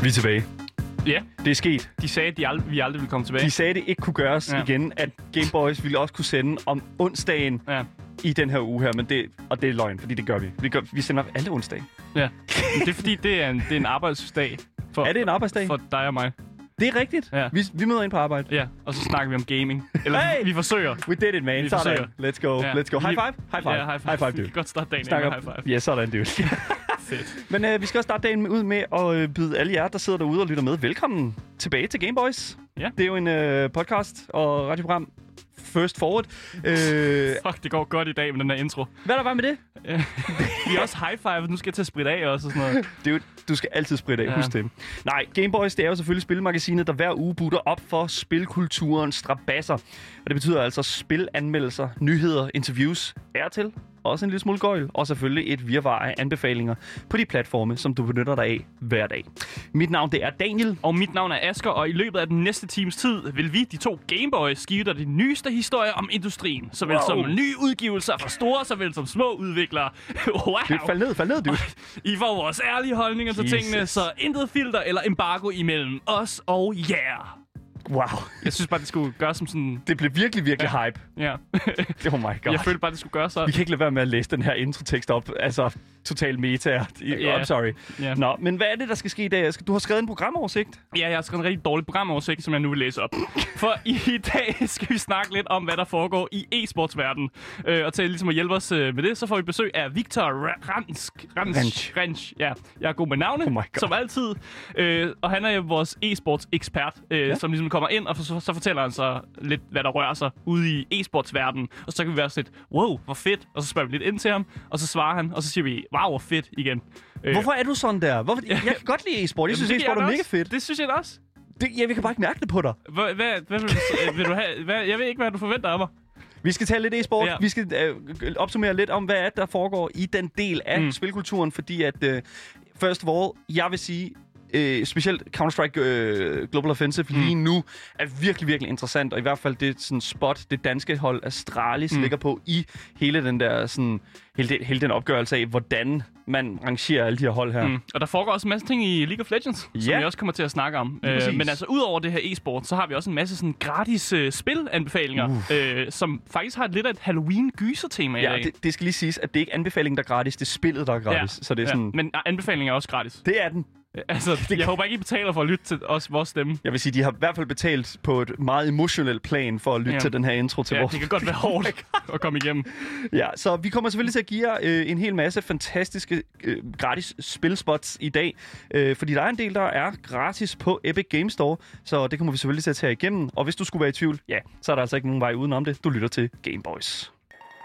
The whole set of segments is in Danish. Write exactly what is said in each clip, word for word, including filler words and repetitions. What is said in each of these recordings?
Vi er tilbage. Ja. Det er sket. De sagde, at de ald- vi aldrig ville komme tilbage. De sagde, at det ikke kunne gøres ja. igen, at Game Boys ville også kunne sende om onsdagen ja. i den her uge her, men det, og det er løgn, fordi det gør vi. Vi, gør, vi sender alle onsdage. Ja, men det er fordi, det er en, det er en arbejdsdag. For, er det en arbejdsdag? For dig og mig. Det er rigtigt. Ja. Vi, vi møder ind på arbejde. Ja, og så snakker vi om gaming. Eller hey! vi forsøger. We did it, man. Vi Sådan. forsøger. Let's go. Ja. Let's go. High five? High five. Ja, high five. High five, dude. Vi kan godt starte dagen Snakker... med high five. Ja, sådan, dude. Fedt. Men øh, vi skal også starte dagen ud med at øh, byde alle jer, der sidder derude og lytter med, velkommen tilbage til Game Boys. Ja. Det er jo en øh, podcast og radioprogram. First forward. Øh, Fuck, det går godt i dag med den her intro. hvad der var med det? Ja. Vi er også high five, nu skal jeg til at spritte af også og sådan noget. Dude, du skal altid spritte af, ja. Husk det. Nej, Game Boys, det er jo selvfølgelig spilmagasinet, der hver uge butter op for spilkulturens strabasser. Og det betyder altså spilanmeldelser, nyheder, interviews, er til. Også en lille smule gøjl, og selvfølgelig et virvar af anbefalinger på de platforme, som du benytter dig af hver dag. Mit navn, det er Daniel. Og mit navn er Asger, og i løbet af den næste times tid vil vi, de to Gameboys, give dig de nyeste historier om industrien. Såvel wow. som nye udgivelser fra store, såvel som små udviklere. Wow! Det fald ned, fald ned, du. I får vores ærlige holdninger til tingene, så intet filter eller embargo imellem os og jer. Yeah. Wow. Jeg synes bare, det skulle gøre som sådan... Det blev virkelig, virkelig ja. hype. Ja. Oh my god. Jeg følte bare, det skulle gøre så. Vi kan ikke lade være med at læse den her introtekst op. Altså, total meta. Yeah. I'm sorry. Yeah. Nå, men hvad er det, der skal ske i dag? Du har skrevet en programoversigt. Ja, jeg har skrevet en rigtig dårlig programoversigt, som jeg nu vil læse op. For i dag skal vi snakke lidt om, hvad der foregår i e-sportsverdenen. Øh, og til ligesom at hjælpe os med det, så får vi besøg af Victor Ransk. Ransk. Ransk. Ja, jeg er god med navne, oh som altid. Øh, og han er jo vores e-sports-ekspert, øh, ja. som ligesom kommer ind, og så, så fortæller han så lidt, hvad der rører sig ude i e-sportsverdenen. Og så kan vi være sådan lidt, wow, hvor fedt. Og så spørger vi lidt ind til ham, og så svarer han, og så siger vi, wow, hvor fedt igen. Hvorfor er du sådan der? Hvorfor? Jeg kan godt lide e-sport. Jeg synes, e-sport er mega fedt. Det synes jeg da også. Det, ja, vi kan bare ikke mærke det på dig. Hvad, hvad, hvad vil, du, vil du have? Hvad, jeg ved ikke, hvad du forventer af mig. Vi skal tale lidt e-sport. Ja. Vi skal øh, opsummere lidt om, hvad er der foregår i den del af mm. spilkulturen. Fordi at, øh, first of all, jeg vil sige... Øh, specielt Counter-Strike øh, Global Offensive mm. lige nu er virkelig, virkelig interessant. Og i hvert fald det sådan spot, det danske hold Astralis mm. ligger på i hele den der sådan, hele, det, hele den opgørelse af, hvordan man rangerer alle de her hold her. Mm. Og der foregår også en masse ting i League of Legends, ja. som vi også kommer til at snakke om. Øh, men altså, udover det her e-sport, så har vi også en masse sådan gratis øh, spilanbefalinger, uh. øh, som faktisk har et lidt af et Halloween-gyser-tema i ja, dag. Det, det skal lige siges, at det ikke er anbefalingen, der er gratis, det er spillet, der er gratis. Ja. Så det er ja. sådan... Men anbefalingen er også gratis. Det er den. Altså, det jeg kan... håber ikke, I betaler for at lytte til os, vores stemme. Jeg vil sige, de har i hvert fald betalt på et meget emotionelt plan for at lytte ja. til den her intro til ja, vores... det kan godt være hårdt at komme igennem. Ja, så vi kommer selvfølgelig til at give jer øh, en hel masse fantastiske øh, gratis spilspots i dag. Øh, fordi der er en del, der er gratis på Epic Games Store, så det kommer vi selvfølgelig til at tage igennem. Og hvis du skulle være i tvivl, ja, så er der altså ikke nogen vej udenom det. Du lytter til Game Boys.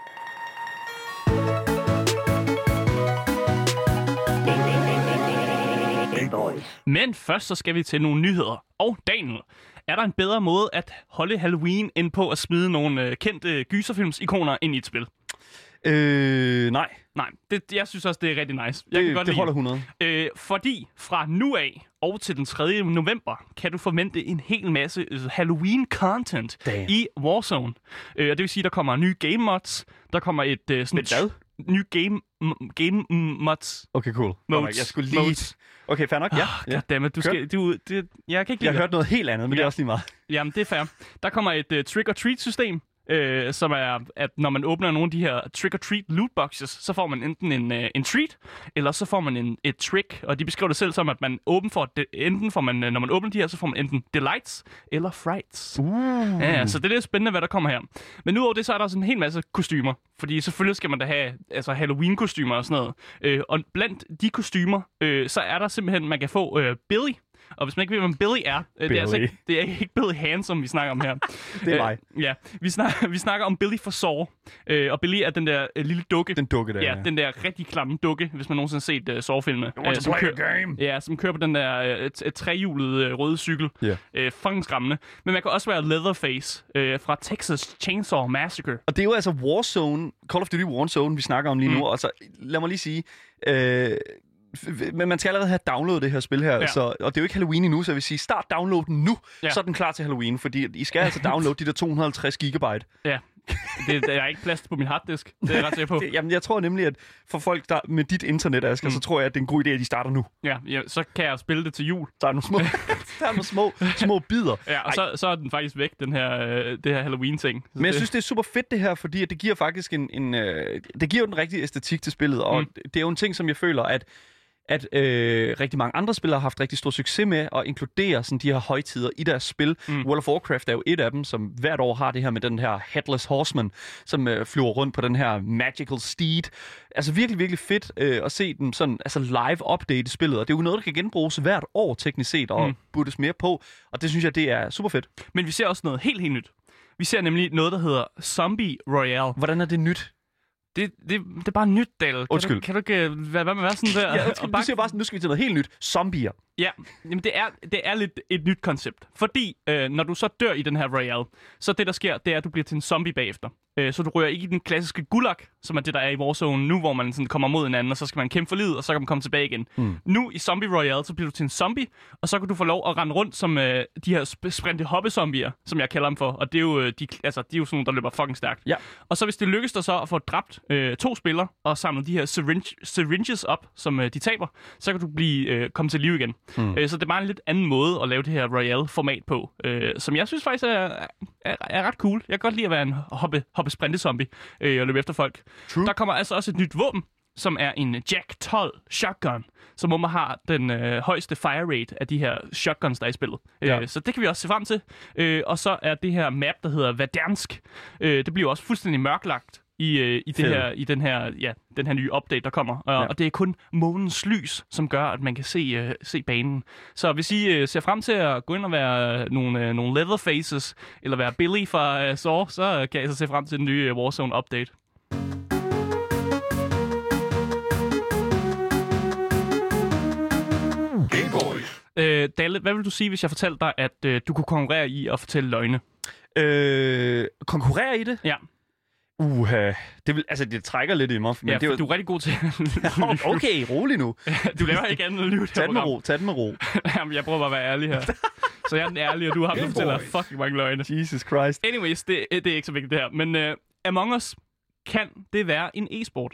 Men først så skal vi til nogle nyheder. Og Daniel, er der en bedre måde at holde Halloween end på at smide nogle øh, kendte gyserfilms-ikoner ind i et spil? Øh, nej. Nej, det, jeg synes også, det er rigtig nice. Jeg det kan godt det lide. holder hundrede. Øh, fordi fra nu af og til den tredje november kan du forvente en hel masse Halloween-content Damn. i Warzone. Øh, og det vil sige, der kommer nye game mods. Der kommer et øh, sådan... Hvad? Nye game, m- game mods. Okay, cool. Modes. Jeg skulle lige... Modes. Okay, fair nok. Ja. Oh, goddammit, du skal... Du, det, jeg kan ikke Jeg har hørt noget helt andet, men ja. det er også lige meget. Jamen, det er fair. Der kommer et uh, trick-or-treat-system, øh, som er, at når man åbner nogle af de her trick-or-treat lootboxes, så får man enten en, uh, en treat, eller så får man en, et trick. Og de beskriver det selv som, at man åben for... De, enten får man, når man åbner de her, så får man enten delights eller frights. Uh. Ja, så det er lidt spændende, hvad der kommer her. Men udover det, så er der også en hel masse kostymer. Fordi selvfølgelig skal man da have altså Halloween-kostymer og sådan noget. Øh, og blandt de kostymer, øh, så er der simpelthen, man kan få øh, Billy. Og hvis man ikke ved, hvem Billy er, øh, det, er altså ikke, det er ikke Billy Handsome, vi snakker om her. Det er mig. Øh, ja, vi snakker, vi snakker om Billy for Saw. Øh, og Billy er den der øh, lille dukke. Den dukke der, ja. Ja, den der rigtig klamme dukke, hvis man nogensinde har set uh, Saw-filmene. You want to play kører, a game? Ja, som kører på den der uh, t- trehjulede uh, røde cykel. Yeah. Øh, fucking skræmmende. Men man kan også være Leatherface øh, fra Texas Chainsaw Massacre. Og det er jo altså Warzone, Call of Duty Warzone, vi snakker om lige nu. Mm. Altså, lad mig lige sige... Øh, men man skal allerede have downloadet det her spil her, ja. så, og det er jo ikke Halloween endnu, så jeg vil sige, start downloaden nu, ja. så er den klar til Halloween, fordi I skal altså downloade de der to hundrede og halvtreds gigabyte. Ja. Det, der er ikke plads på min harddisk. Det er jeg ret sikker på. det, jamen, jeg tror nemlig, at for folk, der med dit internet, Asger, mm. så tror jeg, at det er en god idé, at de starter nu. Ja, ja, så kan jeg spille det til jul. Der er nogle små, der er nogle små, små bidder. Ja, og så, så er den faktisk væk, den her, øh, det her Halloween-ting. Så Men jeg det... synes, det er super fedt, det her, fordi det giver faktisk en... en øh, det giver jo den rigtige æstetik til spillet, og mm. det er jo en ting, som jeg føler, at at øh, rigtig mange andre spillere har haft rigtig stor succes med at inkludere sådan, de her højtider i deres spil. Mm. World of Warcraft er jo et af dem, som hvert år har det her med den her Headless Horseman, som øh, flyver rundt på den her Magical Steed. Altså virkelig, virkelig fedt øh, at se dem sådan, altså live update i spillet, og det er jo noget, der kan genbruges hvert år teknisk set, og mm. burde mere på, og det synes jeg, det er super fedt. Men vi ser også noget helt, helt nyt. Vi ser nemlig noget, der hedder Zombie Royale. Hvordan er det nyt? Det, det, det er bare nyt, Dale. Undskyld. Kan du, kan du ikke være, hvad med være sådan der? Ja, undskyld, bare... Du siger bare sådan, nu skal vi til noget helt nyt. Zombier. Ja, jamen det er, det er lidt et nyt koncept. Fordi øh, når du så dør i den her Royale, så det, der sker, det er, at du bliver til en zombie bagefter. Øh, så du rører ikke i den klassiske gulag, som er det, der er i Warzone nu, hvor man sådan kommer mod hinanden, og så skal man kæmpe for livet, og så kan man komme tilbage igen. Mm. Nu i Zombie Royale, så bliver du til en zombie, og så kan du få lov at rende rundt som øh, de her sp- sprinte hoppe-zombier, som jeg kalder dem for. Og det er jo, de, altså, de er jo sådan nogle, der løber fucking stærkt. Ja. Og så hvis det lykkes dig så at få dræbt øh, to spillere, og samle de her syringe, syringes op, som øh, de taber, så kan du blive øh, komme til liv igen. Mm. Øh, så det er bare en lidt anden måde at lave det her Royale-format på, øh, som jeg synes faktisk er, er, er ret cool. Jeg kan godt lide at være en hoppe, hoppe sprinte-zombie øh, og løbe efter folk. True. Der kommer altså også et nyt våben, som er en Jack tolv shotgun, som man har den øh, højeste fire rate af de her shotguns, der er i spillet. Ja. Øh, så det kan vi også se frem til. Øh, og så er det her map, der hedder Verdansk. Øh, det bliver også fuldstændig mørklagt i, øh, i, det her, i den, her, ja, den her nye update, der kommer. Og, ja. og det er kun månens lys, som gør, at man kan se, øh, se banen. Så hvis I øh, ser frem til at gå ind og være øh, nogle, øh, nogle Leatherfaces, eller være Billy fra øh, Saw, så kan I så se frem til den nye øh, Warzone update. Øh, Dalle, hvad vil du sige, hvis jeg fortalte dig, at øh, du kunne konkurrere i at fortælle løgne? Øh, konkurrere i det? Ja. Uha, det vil, altså det trækker lidt i mig. Men ja, det er jo... du er rigtig god til okay, rolig nu. Du laver ikke andet end lyve. Tag den med ro, tag den med ro. Jamen, jeg prøver bare at være ærlig her. Så jeg er den ærlige, og du har haft, fortæller fucking mange løgne. Jesus Christ. Anyways, det, det er ikke så vigtigt det her. Men uh, Among Us, kan det være en e-sport?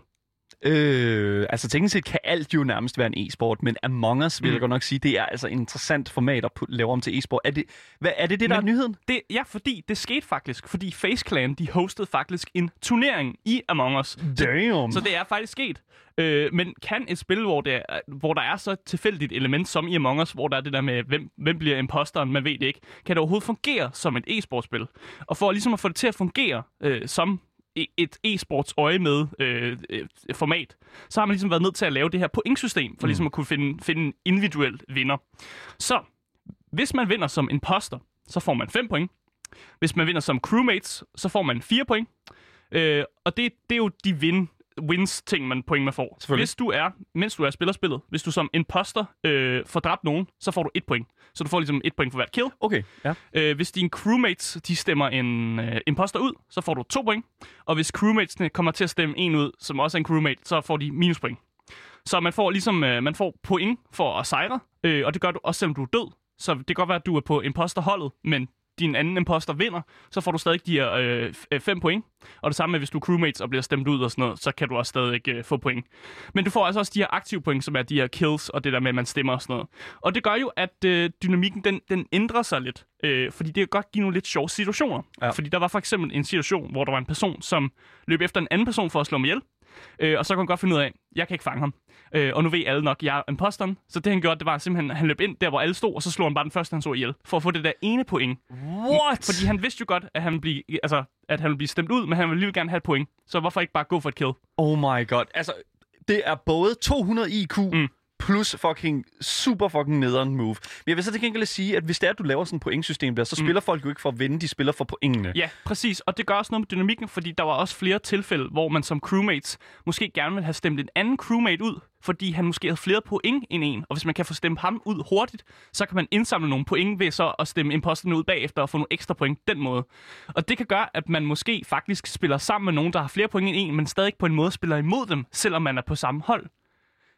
Øh, altså teknisk set kan alt jo nærmest være en e-sport, men Among Us vil mm. jeg godt nok sige, det er altså et interessant format at lave om til e-sport. Er det hvad, er det, det der men, er nyheden? Det, ja, fordi det skete faktisk, fordi Face Clan, de hostede faktisk en turnering i Among Us. Damn! Så, så det er faktisk sket. Øh, men kan et spil, hvor, det er, hvor der er så tilfældigt element som i Among Us, hvor der er det der med, hvem, hvem bliver imposteren, man ved det ikke, kan det overhovedet fungere som et e-sportspil? Og for ligesom at få det til at fungere øh, som et e-sports øje med øh, øh, format, så har man ligesom været nødt til at lave det her pointsystem, for mm. ligesom at kunne finde, finde en individuel vinder. Så, hvis man vinder som imposter, så får man fem point. Hvis man vinder som crewmates, så får man fire point. Øh, og det, det er jo de win, wins ting, man point man får. Hvis du er, mens du er spiller spillet, hvis du som imposter øh, får dræbt nogen, så får du et point. Så du får ligesom et point for hvert kill. Okay, ja. Øh, hvis dine crewmates, de stemmer en øh, imposter ud, så får du to point. Og hvis crewmatesne kommer til at stemme en ud, som også er en crewmate, så får de minuspoint. Så man får ligesom, øh, man får point for at sejre, øh, og det gør du også, selvom du er død. Så det kan godt være, at du er på imposterholdet, men din anden imposter vinder, så får du stadig de her øh, fem point. Og det samme med, hvis du er crewmates og bliver stemt ud og sådan noget, så kan du også stadig øh, få point. Men du får altså også de her aktive point, som er de her kills og det der med, at man stemmer og sådan noget. Og det gør jo, at øh, dynamikken, den, den ændrer sig lidt. Øh, fordi det kan godt give nogle lidt sjove situationer. Ja. Fordi der var for eksempel en situation, hvor der var en person, som løb efter en anden person for at slå mig ihjel. Øh, og så kan man godt finde ud af, jeg kan ikke fange ham. Øh, og nu ved alle nok, jeg er imposteren. Så det han gjorde, det var simpelthen, han løb ind der, hvor alle stod, og så slog han bare den første, han så ihjel. For at få det der ene point. What? Fordi han vidste jo godt, at han ville blive, altså, at han ville blive stemt ud, men han ville lige gerne have et point. Så hvorfor ikke bare gå for et kill? Oh my god. Altså, det er både to hundrede I Q... Mm. plus fucking super fucking nederen move. Men jeg vil så til gengæld sige, at hvis det er, at du laver sådan et pointsystem der, så spiller mm. folk jo ikke for at vinde, de spiller for pointene. Ja, præcis. Og det gør også noget med dynamikken, fordi der var også flere tilfælde, hvor man som crewmates måske gerne vil have stemt en anden crewmate ud, fordi han måske havde flere point end en. Og hvis man kan få stemt ham ud hurtigt, så kan man indsamle nogle point ved så at stemme imposterne ud bagefter og få nogle ekstra point den måde. Og det kan gøre, at man måske faktisk spiller sammen med nogen, der har flere point end en, men stadig på en måde spiller imod dem, selvom man er på samme hold.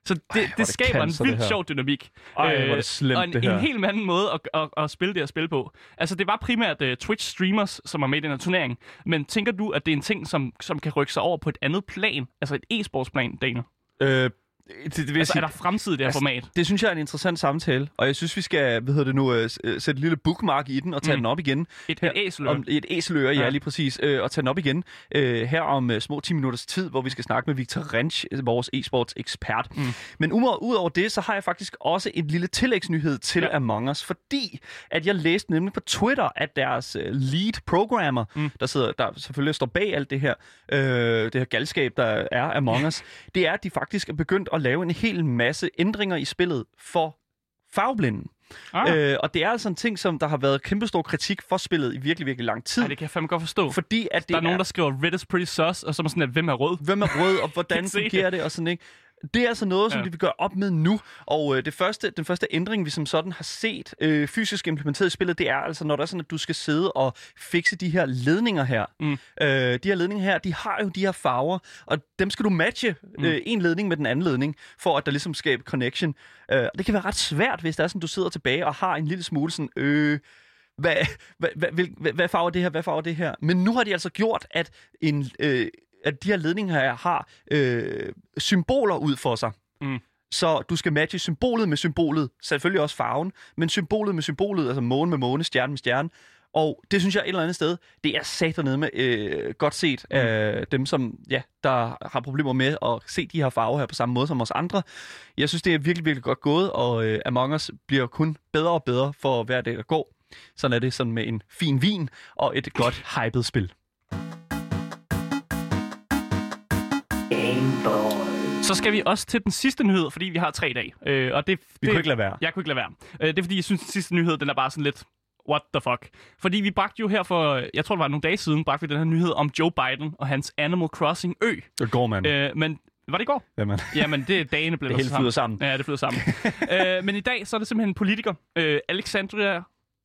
Så det, Ej, det, det skaber en vildt sjov dynamik. Ej, hvor er det slemt, og en, det her. en helt anden måde at, at, at spille det at spille på. Altså, det var primært uh, Twitch-streamers, som er med i den her turnering. Men tænker du, at det er en ting, som, som kan rykke sig over på et andet plan? Altså et e-sportsplan, Daniel? Øh... Det, det altså, sige, er der fremtid i det her altså, format? Det synes jeg er en interessant samtale, og jeg synes, vi skal, hvad hedder det nu, uh, sætte et lille bookmark i den og tage mm. den op igen. Et, et æseløre. Om, et æseløre, ja, ja, lige præcis. Uh, og tage den op igen uh, her om uh, små ti minutters tid, hvor vi skal snakke med Victor Rensch, vores e-sports ekspert. Mm. Men ud over det, så har jeg faktisk også en lille tillægsnyhed til ja. Among Us, fordi at jeg læste nemlig på Twitter, at deres uh, lead programmer, mm. der sidder, der selvfølgelig står bag alt det her, uh, det her galskab, der er Among Us, det er, at de faktisk er begyndt at lave en hel masse ændringer i spillet for farveblinden. Ah. Øh, og det er altså en ting, som der har været kæmpestor kritik for spillet i virkelig, virkelig lang tid. Ej, det kan jeg fandme godt forstå. Fordi at det der er, er nogen, der skriver, red is pretty sus, og så er man sådan, at hvem er rød? Hvem er rød, og hvordan fungerer det, og sådan, ikke? Det er altså noget, som ja. de vil gøre op med nu. Og øh, det første, den første ændring, vi som sådan har set øh, fysisk implementeret i spillet, det er altså, når der er sådan, at du skal sidde og fikse de her ledninger her. Mm. Øh, de her ledninger her, de har jo de her farver, og dem skal du matche øh, mm. en ledning med den anden ledning, for at der ligesom skaber connection. Øh, det kan være ret svært, hvis der er sådan, du sidder tilbage og har en lille smule sådan... Øh, hvad, hvad, hvad, hvad, hvad farver det her, hvad farver det her? Men nu har de altså gjort, at en... Øh, at de her ledninger her har øh, symboler ud for sig. Mm. Så du skal matche symbolet med symbolet, selvfølgelig også farven, men symbolet med symbolet, altså måne med måne, stjerne med stjerne. Og det synes jeg et eller andet sted, det er saternede med øh, godt set mm. af dem, som ja, der har problemer med at se de her farver her på samme måde som os andre. Jeg synes, det er virkelig, virkelig godt gået, og øh, Among Us bliver kun bedre og bedre for hver dag, der går. Sådan er det sådan med en fin vin og et godt hyped spil. Så skal vi også til den sidste nyhed, fordi vi har tre dage. Øh, og det, vi det, kunne ikke lade være. Jeg kunne ikke lade være. Øh, det er fordi, jeg synes, den sidste nyhed, den er bare sådan lidt, what the fuck. Fordi vi bragte jo her for, jeg tror det var nogle dage siden, bragte vi den her nyhed om Joe Biden og hans Animal Crossing ø. Det går, mand. Øh, men var det i går? Jamen. Jamen, det er dagene blevet sammen. Det hele flyder sammen. Ja, det flyder sammen. øh, men i dag, så er det simpelthen en politiker, øh, Alexandria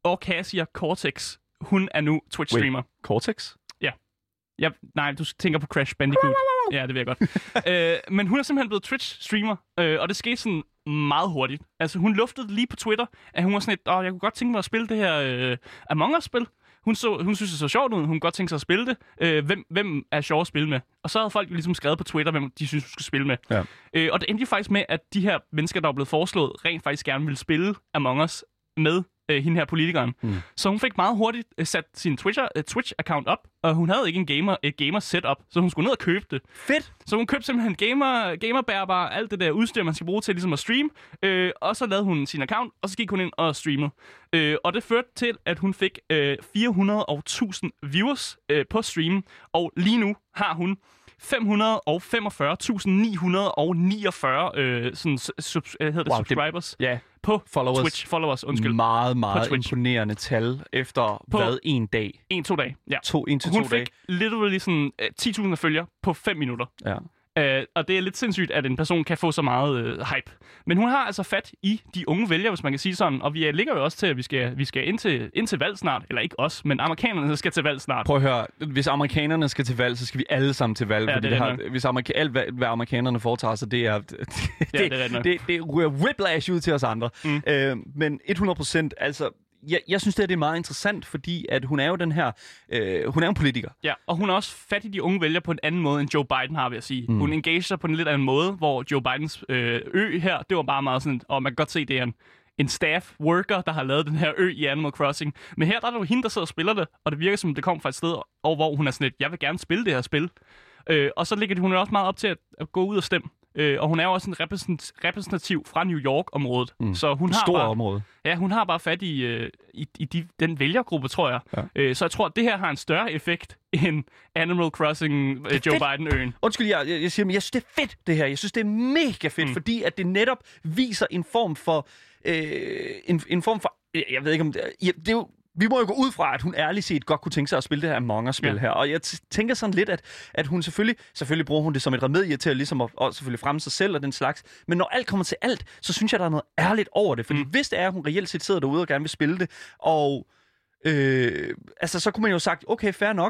Ocasio-Cortez. Hun er nu Twitch-streamer. Cortex? Ja. Ja, nej, du tænker på Crash Bandicoot. Ja, det ved jeg godt. øh, men hun er simpelthen blevet Twitch-streamer, øh, og det skete sådan meget hurtigt. Altså, hun luftede lige på Twitter, at hun var sådan et, åh, jeg kunne godt tænke mig at spille det her øh, Among Us-spil. Hun, så, hun synes, det så sjovt ud, hun kunne godt tænke sig at spille det. Øh, hvem, hvem er sjov at spille med? Og så havde folk jo ligesom skrevet på Twitter, hvem de synes, du skal spille med. Ja. Øh, og det endte faktisk med, at de her mennesker, der var blevet foreslået, rent faktisk gerne ville spille Among Us med øh, hende her politikeren. Mm. Så hun fik meget hurtigt øh, sat sin Twitcher, øh, Twitch-account op, og hun havde ikke en gamer, et gamer-setup, så hun skulle ned og købe det. Fedt! Så hun købte simpelthen gamer, gamerbærbar, alt det der udstyr, man skal bruge til ligesom at streame, øh, og så lavede hun sin account, og så gik hun ind og streamede. Øh, og det førte til, at hun fik øh, fire hundrede tusind viewers øh, på streamen, og lige nu har hun fem hundrede femogfyrre tusind ni hundrede niogfyrre øh, sådan, sub, øh, hedder det, wow, subscribers det, ja. på followers. Twitch. Followers, undskyld. Meget, meget imponerende tal efter, på hvad, en dag? En, to dage, ja. To, en til hun to dage. Hun fik literally sådan uh, ti tusind følgere på fem minutter. Ja. Uh, og det er lidt sindssygt, at en person kan få så meget uh, hype. Men hun har altså fat i de unge vælgere, hvis man kan sige sådan. Og vi uh, ligger jo også til, at vi skal, vi skal ind, til, ind til valg snart. Eller ikke os, men amerikanerne skal til valg snart. Prøv at høre. Hvis amerikanerne skal til valg, så skal vi alle sammen til valg. Ja, fordi det det har, hvis amerika- alt, hvad, hvad amerikanerne foretager sig, det er... det, ja, det, det, det, det ryger whiplash ud til os andre. Mm. Uh, men hundrede procent, altså... Jeg, jeg synes, det, det er meget interessant, fordi at hun er jo den her... Øh, hun er en politiker. Ja, og hun er også fat i de unge vælgere på en anden måde, end Joe Biden har, vil jeg sige. Mm. Hun engagerer sig på en lidt anden måde, hvor Joe Bidens øh, ø her, det var bare meget sådan... Og man kan godt se, det er en, en staff worker, der har lavet den her ø i Animal Crossing. Men her der er det jo hende, der sidder og spiller det, og det virker som, det kommer fra et sted, og hvor hun er sådan lidt, jeg vil gerne spille det her spil. Øh, og så ligger hun jo også meget op til at, at gå ud og stemme. Øh, og hun er jo også en repræsent- repræsentativ fra New York-området. Mm. Så hun har stor bare, område. Ja, hun har bare fat i, øh, i, i de, den vælgergruppe, tror jeg. Ja. Øh, så jeg tror, at det her har en større effekt end Animal Crossing øh, Joe Biden-øen. Undskyld, jeg, jeg, jeg siger, men jeg synes, det er fedt, det her. Jeg synes, det er mega fedt, mm. fordi at det netop viser en form for... Øh, en, en form for... Jeg ved ikke, om det er... Det er jo, vi må jo gå ud fra, at hun ærligt set godt kunne tænke sig at spille det her Among Us-spil ja. her. Og jeg t- tænker sådan lidt, at, at hun selvfølgelig... Selvfølgelig bruger hun det som et remedie til at, ligesom at, at selvfølgelig fremme sig selv og den slags. Men når alt kommer til alt, så synes jeg, der er noget ærligt over det. Fordi mm. hvis det er, at hun reelt set sidder derude og gerne vil spille det, og... Øh, altså, så kunne man jo sagt, okay, fair nok.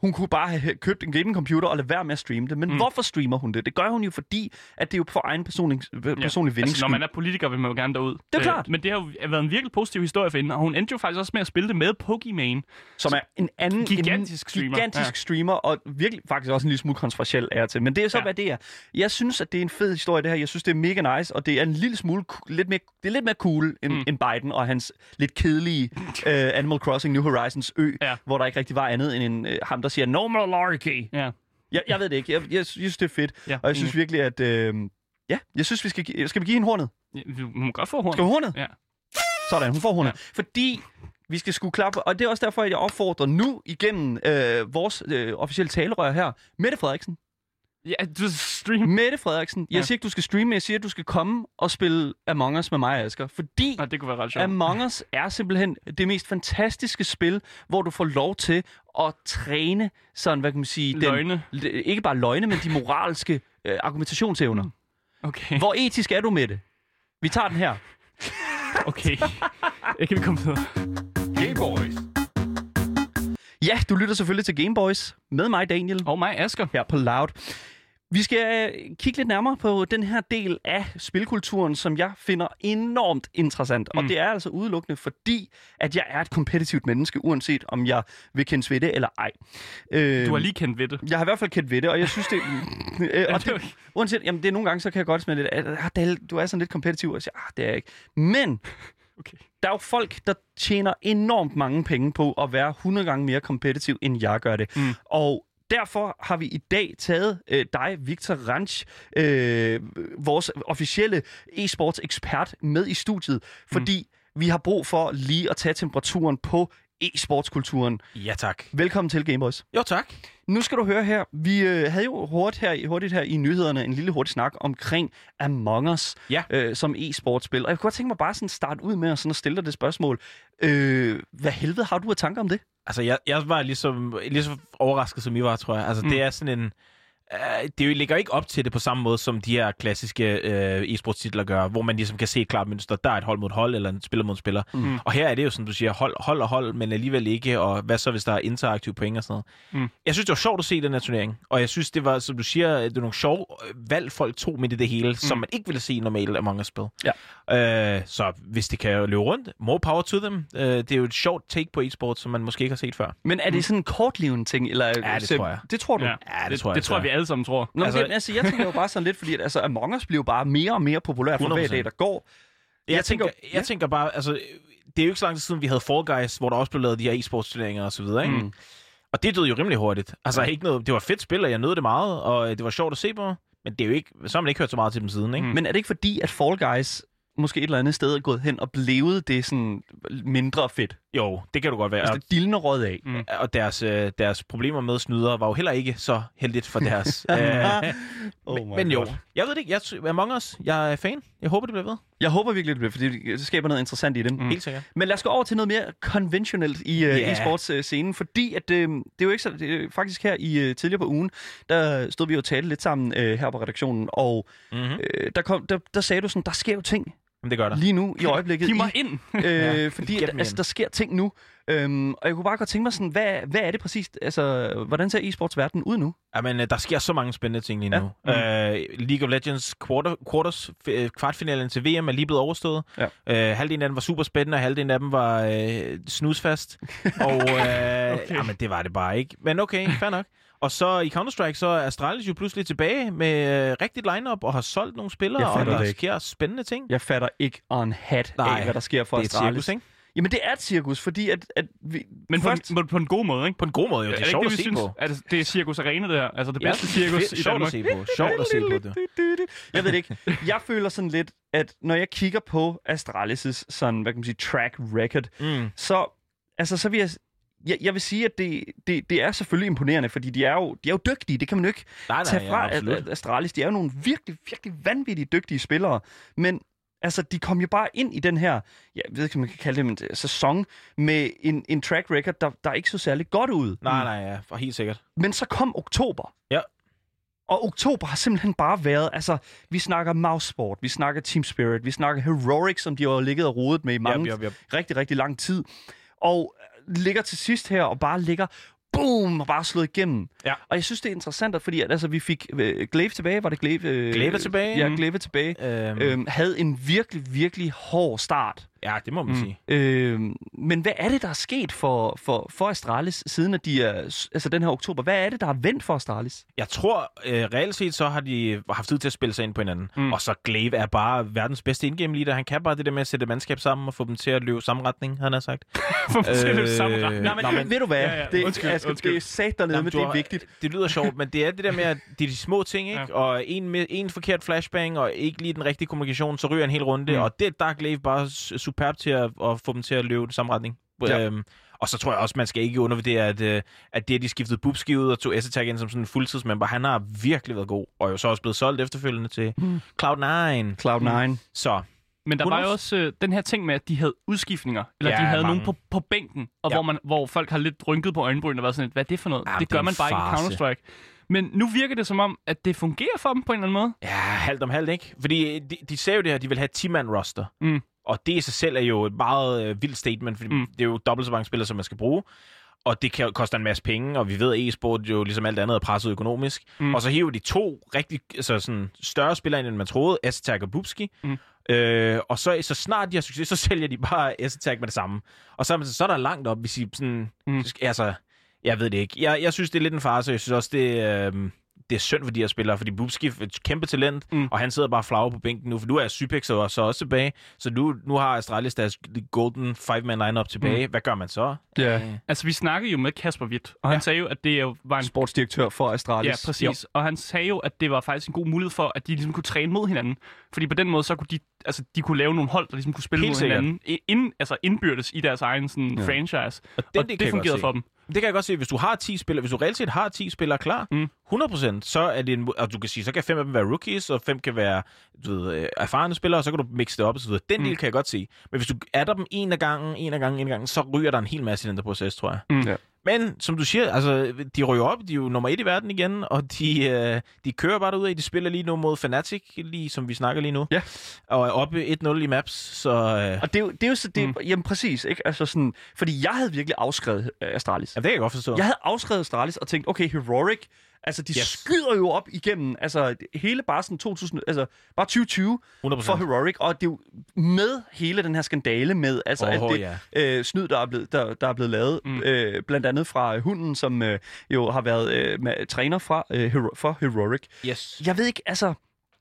Hun kunne bare have købt en gaming-computer og lade være med at streame det. Men mm. hvorfor streamer hun det? Det gør hun jo fordi, at det er jo for egen personlig, personlig ja. vinding. Altså, når man er politiker, vil man jo gerne derud. Det er klart. Øh, men det har jo været en virkelig positiv historie for hende, og hun endte jo faktisk også med at spille det med Pokimane. Som er en anden gigantisk en streamer. Gigantisk ja. streamer, og virkelig faktisk også en lille smule kontroversiel er til. Men det er så, ja. hvad det er. Jeg synes, at det er en fed historie, det her. Jeg synes, det er mega nice, og det er en lille smule lidt mere, det er lidt mere cool end, mm. end Biden og hans lidt kedelige uh, Animal Crossing New Horizons ø, ja. hvor der ikke rigtig var andet end en, uh, ham, der siger, no more larky. Ja. Jeg, jeg ved det ikke. Jeg, jeg, jeg synes, det er fedt. Ja. Og jeg synes virkelig, at... Øh, ja, jeg synes, vi skal... Skal vi give hende hornet? Ja, hun må godt få hornet. Skal hun hornet? Ja. Sådan, hun får hornet. Ja. Fordi vi skal sgu klappe... Og det er også derfor, at jeg opfordrer nu igennem øh, vores øh, officielle talerør her, Mette Frederiksen. Ja, du stream. Mette Frederiksen. Jeg ja. siger ikke, du skal streame, jeg siger, at du skal komme og spille Among Us med mig, Asger. Fordi ja, det kunne være ret sjovt. Among Us er simpelthen det mest fantastiske spil, hvor du får lov til at træne sådan, hvad kan man sige... Løgne. Den, ikke bare løgne, men de moralske øh, argumentationsevner. Okay. Hvor etisk er du med det? Vi tager den her. Okay. Jeg kan vi komme videre. Game Boys. Ja, du lytter selvfølgelig til Game Boys med mig, Daniel. Og mig, Asger. Her på Loud. Vi skal kigge lidt nærmere på den her del af spilkulturen, som jeg finder enormt interessant. Mm. Og det er altså udelukkende fordi, at jeg er et kompetitivt menneske, uanset om jeg vil kendes ved det eller ej. Øh, du har lige kendt ved det. Jeg har i hvert fald kendt ved det, og jeg synes det... øh, og det uanset, jamen det er nogle gange, så kan jeg godt smide lidt... Ah, du er sådan lidt kompetitiv, og jeg siger, ah, det er jeg ikke. Men... Okay. Der er jo folk, der tjener enormt mange penge på at være hundrede gange mere kompetitiv, end jeg gør det. Mm. Og derfor har vi i dag taget øh, dig, Victor Ranch, øh, vores officielle e-sports ekspert, med i studiet. Fordi mm. vi har brug for lige at tage temperaturen på e-sportskulturen. Ja, tak. Velkommen til Game Boys. Jo, tak. Nu skal du høre her. Vi øh, havde jo hurtigt her, hurtigt her i nyhederne en lille hurtig snak omkring Among Us ja. øh, som e-sportspil. Og jeg kunne godt tænke mig bare sådan starte ud med at, sådan at stille dig det spørgsmål. Øh, hvad helvede har du af tanker om det? Altså, jeg, jeg var ligesom, lige så overrasket, som I var, tror jeg. Altså, mm. det er sådan en... Uh, det ligger ikke op til det på samme måde, som de her klassiske uh, e-sportstitler gør, hvor man ligesom kan se et klart mønster. Der er et hold mod hold, eller en spiller mod spiller. Mm. Og her er det jo, som du siger, hold, hold og hold, men alligevel ikke. Og hvad så, hvis der er interaktive point og sådan noget. Mm. Jeg synes, det var sjovt at se den her turnering. Og jeg synes, det var, som du siger, det var nogle sjove valg, folk tog midt i det hele, mm. som man ikke ville se i normalt Among Us-spil. Ja. Uh, så hvis det kan løbe rundt, more power to them. Uh, det er jo et sjovt take på e-sport, som man måske ikke har set før. Men er det sådan en kortlivende ting? Eller, ja, det tror jeg. Det tror du? Ja, ja det, det tror jeg. Det tror jeg, vi alle sammen tror. Nå, altså, det, altså, jeg tænker jo bare sådan lidt, fordi at, altså, Among Us bliver bare mere og mere populært for hver dag, der går. Jeg, jeg, tænker, tænker, jeg ja. tænker bare, altså, det er jo ikke så lang tid siden, vi havde Fall Guys, hvor der også blev lavet de her e-sportsturneringer og så videre, ikke? Mm. Og det døde jo rimelig hurtigt. Altså, ikke noget, det var fedt spil, og jeg nød det meget, og det var sjovt at se på, men det er jo ikke, så har man ikke hørt så meget til dem siden, ikke? Mm. Men er det ikke fordi, at Fall Guys måske et eller andet sted er gået hen og blevet det sådan mindre fedt? Jo, det kan du godt være. Altså, det dildende råd af. Mm. Og deres, øh, deres problemer med snydere var jo heller ikke så heldigt for deres. øh, oh men, men jo, jeg ved det ikke. Jeg, Among Us, jeg er fan. Jeg håber, det bliver ved. Jeg håber virkelig, det bliver, fordi det skaber noget interessant i det. Mm. Helt sikkert. Men lad os gå over til noget mere conventionelt i uh, yeah. e-sports-scenen, fordi at, uh, det er jo ikke så... Det er faktisk her i uh, tidligere på ugen, der stod vi jo og talte lidt sammen uh, her på redaktionen, og mm-hmm. uh, der, kom, der, der sagde du sådan, der sker jo ting. Men det gør der. Lige nu, i øjeblikket. Giv mig ind! øh, ja, fordi at, altså, der sker ting nu. Øhm, og jeg kunne bare godt tænke mig sådan, hvad, hvad er det præcis? Altså, hvordan ser e-sportsverdenen ud nu? Jamen, der sker så mange spændende ting lige nu. Ja. Mm. Uh, League of Legends quarter, quarters, kvartfinalen til V M er lige blevet overstået. Ja. Uh, halvdelen af dem var super spændende, og halvdelen af dem var uh, snusfast. og uh, okay. Jamen, det var det bare ikke. Men okay, fair nok. Og så i Counter-Strike, så er Astralis jo pludselig tilbage med øh, rigtigt line-up og har solgt nogle spillere, og der sker spændende ting. Jeg fatter ikke on hat Nej, af, hvad der sker for Astralis. Det er et cirkus, ikke? Jamen, det er et cirkus, fordi at, at vi... Men først... på, en, på en god måde, ikke? På en god måde, jo. Det er, er sjovt det, at se synes, på. Er det, det er Cirkus Arena, det her. Altså det bedste ja, cirkus fedt, i Danmark. Sjovt at se på. Sjovt at se på det. Jeg ved det ikke. Jeg føler sådan lidt, at når jeg kigger på Astralis' sådan, hvad kan man sige, track record, mm. så, altså, så vil jeg... Jeg, jeg vil sige, at det, det, det er selvfølgelig imponerende, fordi de er jo, de er jo dygtige. Det kan man jo ikke nej, nej, tage fra ja, Astralis. De er jo nogle virkelig, virkelig vanvittigt dygtige spillere. Men altså, de kom jo bare ind i den her, jeg ved ikke, om man kan kalde det en sæson, med en, en track record, der, der ikke så særlig godt ud. Nej, nej, ja, for helt sikkert. Men så kom oktober. Ja. Og oktober har simpelthen bare været, altså, vi snakker Mousesport, vi snakker Team Spirit, vi snakker Heroic, som de har ligget og rodet med i mange, yep, yep, yep. rigtig, rigtig lang tid. Og ligger til sidst her og bare ligger boom, og bare slået igennem. Ja. Og jeg synes, det er interessant, fordi at, altså, vi fik øh, Glaive tilbage. Var det Glaive? Øh, Glaive tilbage? Ja, Glaive tilbage. Øhm. Øhm, havde en virkelig, virkelig hård start. Ja, det må man mm. sige. Øhm, men hvad er det, der er sket for, for, for Astralis, siden at de er, altså den her oktober? Hvad er det, der er vendt for Astralis? Jeg tror, øh, reelt set, så har de haft tid til at spille sig ind på hinanden. Mm. Og så Glaive er bare verdens bedste in-game leader. Han kan bare det der med at sætte mandskab sammen og få dem til at løbe samme retning, han har sagt. Få dem til at løbe samme retning. Nej, men, Nå, men ved du hvad? Ja, ja. Det, undskyld, Asger, undskyld. det er sat dernede, Nå, men det er vigtigt. Det lyder sjovt, men det er det der med, at det er de små ting, ikke? Ja. Og en, med, en forkert flashbang, og ikke lige den rigtige kommunikation, så ryger en hel runde. Mm. Og det der er Glaive bare superb til at, at få dem til at løbe den samme retning. Ja. Øhm, og så tror jeg også, man skal ikke undervurdere, at, øh, at det, at de skiftede Bubski ud og tog S-Attack ind som sådan en fuldtidsmember, han har virkelig været god, og jo så også blevet solgt efterfølgende til mm. Cloud nine. Cloud nine. Mm. Så. Men der var jo også øh, den her ting med, at de havde udskiftninger, eller ja, de havde mange. nogen på, på bænken, og ja. hvor, man, hvor folk har lidt rynket på øjenbryn og været sådan lidt, hvad er det for noget? Ja, det gør det man bare farse. Ikke i Counter-Strike. Men nu virker det som om, at det fungerer for dem på en eller anden måde. Ja, halvt om halvt, ikke? Fordi de, de sagde jo det her, de vil have ti-man roster. Mm. Og det i sig selv er jo et meget øh, vildt statement, fordi mm. det er jo dobbelt så mange spillere, som man skal bruge. Og det kan koste en masse penge, og vi ved, at e-sport jo ligesom alt andet er presset økonomisk. Mm. Og så hiver de to rigtig altså sådan, større spillere, end man troede, S-Attack og Bubski. Mm. Øh, og så, så snart de har succes, så sælger de bare S-Attack med det samme. Og så, så er der langt op, hvis I sådan... Mm. Altså, jeg ved det ikke. Jeg, jeg synes, det er lidt en farce. Jeg synes også, det øh, det er synd for de her spillere, fordi Bubski er et kæmpe talent, mm. og han sidder bare flagre på bænken nu, for nu er Sypex så også, også tilbage, så nu, nu har Astralis deres golden five-man line-up tilbage. Mm. Hvad gør man så? Ja. Øh. Altså, vi snakkede jo med Kasper Witt, og han ja. sagde jo, at det jo var en... sportsdirektør for Astralis. Ja, præcis. Jo. Og han sagde jo, at det var faktisk en god mulighed for, at de ligesom kunne træne mod hinanden. Fordi på den måde, så kunne de, altså, de kunne lave nogle hold, der ligesom kunne spille Helt mod sikkert. hinanden, ind, altså indbyrdes i deres egen sådan, ja. franchise. Og, den, og det, det fungerede for dem. Det kan jeg godt se, hvis du har ti spillere, hvis du reelt set har ti spillere klar, mm. hundrede procent, så er det en, og du kan sige, så kan fem af dem være rookies, og fem kan være, du ved, erfarne spillere, og så kan du mixe det op og så videre. Den mm. del kan jeg godt se. Men hvis du adder dem en af gangen, en af gangen, en af gangen, så ryger der en hel masse i den der proces, tror jeg. Mm. Ja. Men, som du siger, altså, de ryger op, de er jo nummer et i verden igen, og de, øh, de kører bare derudad. De spiller lige nu mod Fnatic, lige som vi snakker lige nu. Ja. Og er oppe et nul i maps, så... Øh... Og det er jo, det er jo så... Det, mm. Jamen, præcis, ikke? Altså sådan... Fordi jeg havde virkelig afskrevet Astralis. Ja, det kan jeg godt forstå. Jeg havde afskrevet Astralis og tænkt, okay, Heroic... Altså, de yes. skyder jo op igennem, altså, hele bare sådan to tusind, altså, bare tyve tyve hundrede procent for Heroic, og det er jo med hele den her skandale med, altså, oh, alt det ja. øh, snyd, der er blevet, der, der er blevet lavet, mm. øh, blandt andet fra Hunden, som øh, jo har været øh, med, træner fra, øh, hero, for Heroic. Yes. Jeg ved ikke, altså,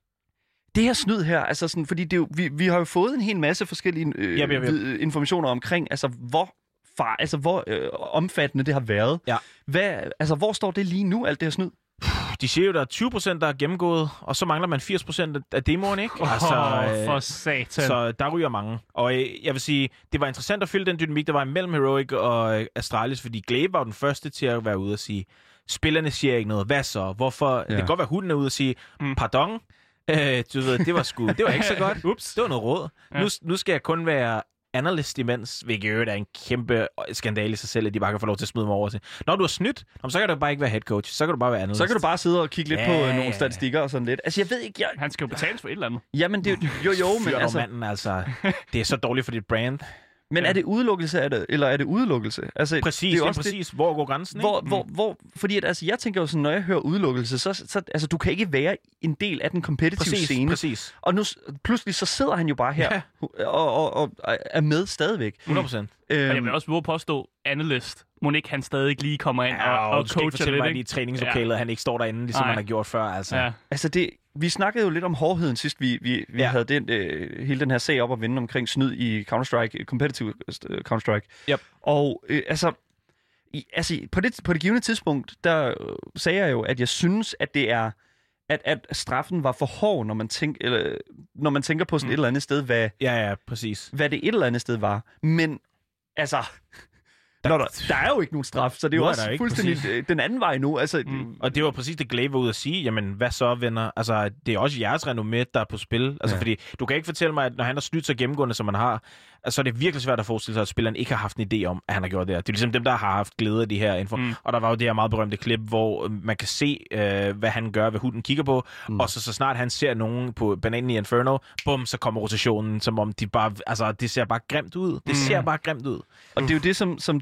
det her snyd her, altså sådan, fordi det jo, vi, vi har jo fået en hel masse forskellige øh, yep, yep, yep. informationer omkring, altså, hvor far, altså hvor øh, omfattende det har været. Ja. Hvad, altså, hvor står det lige nu, alt det her snyd? De siger jo, der er tyve procent, der er gennemgået, og så mangler man firs procent af demoen, ikke? Oh, altså, for satan. Så der ryger mange. Og øh, jeg vil sige, det var interessant at følge den dynamik, der var imellem Heroic og øh, Astralis, fordi Glaive var den første til at være ude og sige, spillerne siger ikke noget, hvad så? Hvorfor? Ja. Det kan godt være, Hunden er ude og sige, mm. pardon, øh, du ved, det var sgu, det var ikke så godt. Ups. Det var noget råd. Ja. Nu, nu skal jeg kun være analyst imens, hvilket jo er en kæmpe skandale i sig selv, at de bare kan få lov til at smide mig over til. Når du har snydt, så kan du bare ikke være head coach, så kan du bare være analyst. Så kan du bare sidde og kigge lidt ja, på øh, nogle statistikker og sådan lidt. Altså, jeg ved ikke... Jeg... Han skal jo betales for et eller andet. Jamen, det jo jo, men altså... manden, altså... Det er så dårligt for dit brand. Men ja. er det udelukkelse af det, eller er det udelukkelse? Altså, præcis, det er, også det, præcis. Hvor går grænsen, ikke? Hvor, hvor, hvor, fordi at, altså, jeg tænker jo sådan, når jeg hører udelukkelse, så, så altså, du kan ikke være en del af den competitive præcis, scene. Præcis. Og nu pludselig så sidder han jo bare her ja. og, og, og, og er med stadigvæk. hundrede procent. Øhm, og jeg vil også våge påstå, analyst, må ikke han stadig lige kommer ind ja, og, og, og coacher lidt, lidt, ikke? I træningslokalet, ja. han ikke står derinde, ligesom han har gjort før, altså. Ja. Altså det... Vi snakkede jo lidt om hårdheden sidst, vi, vi, vi ja. havde den, øh, hele den her sag op at vende omkring snyd i Counter-Strike, competitive Counter-Strike. Yep. Og øh, altså, i, altså på, det, på det givne tidspunkt, der øh, sagde jeg jo, at jeg synes, at det er, at, at straffen var for hård, når man, tænk, eller, når man tænker på sådan mm. et eller andet sted, hvad, ja, ja, præcis. hvad det et eller andet sted var. Men altså... Der, Nå, der, der er jo ikke nogen straf, så det er jo også fuldstændig præcis. Den anden vej nu. Altså, mm. Og det var præcis det, Glaive var ude at sige. Jamen, hvad så, venner? Altså, det er også jeres renommé, der er på spil. Altså, ja. Fordi du kan ikke fortælle mig, at når han har snydt sig gennemgående, som man har, altså, så er det virkelig svært at forestille sig, at spilleren ikke har haft en idé om, at han har gjort det her. Det er ligesom dem, der har haft glæde af de her info. Mm. Og der var jo det her meget berømte klip, hvor man kan se, øh, hvad han gør, hvad Hunden kigger på. Mm. Og så, så snart han ser nogen på bananen i Inferno, bum, så kommer rotationen, som om de bare, altså, det ser bare grimt ud. Det mm. ser bare grimt ud. Og det er jo det, som, som de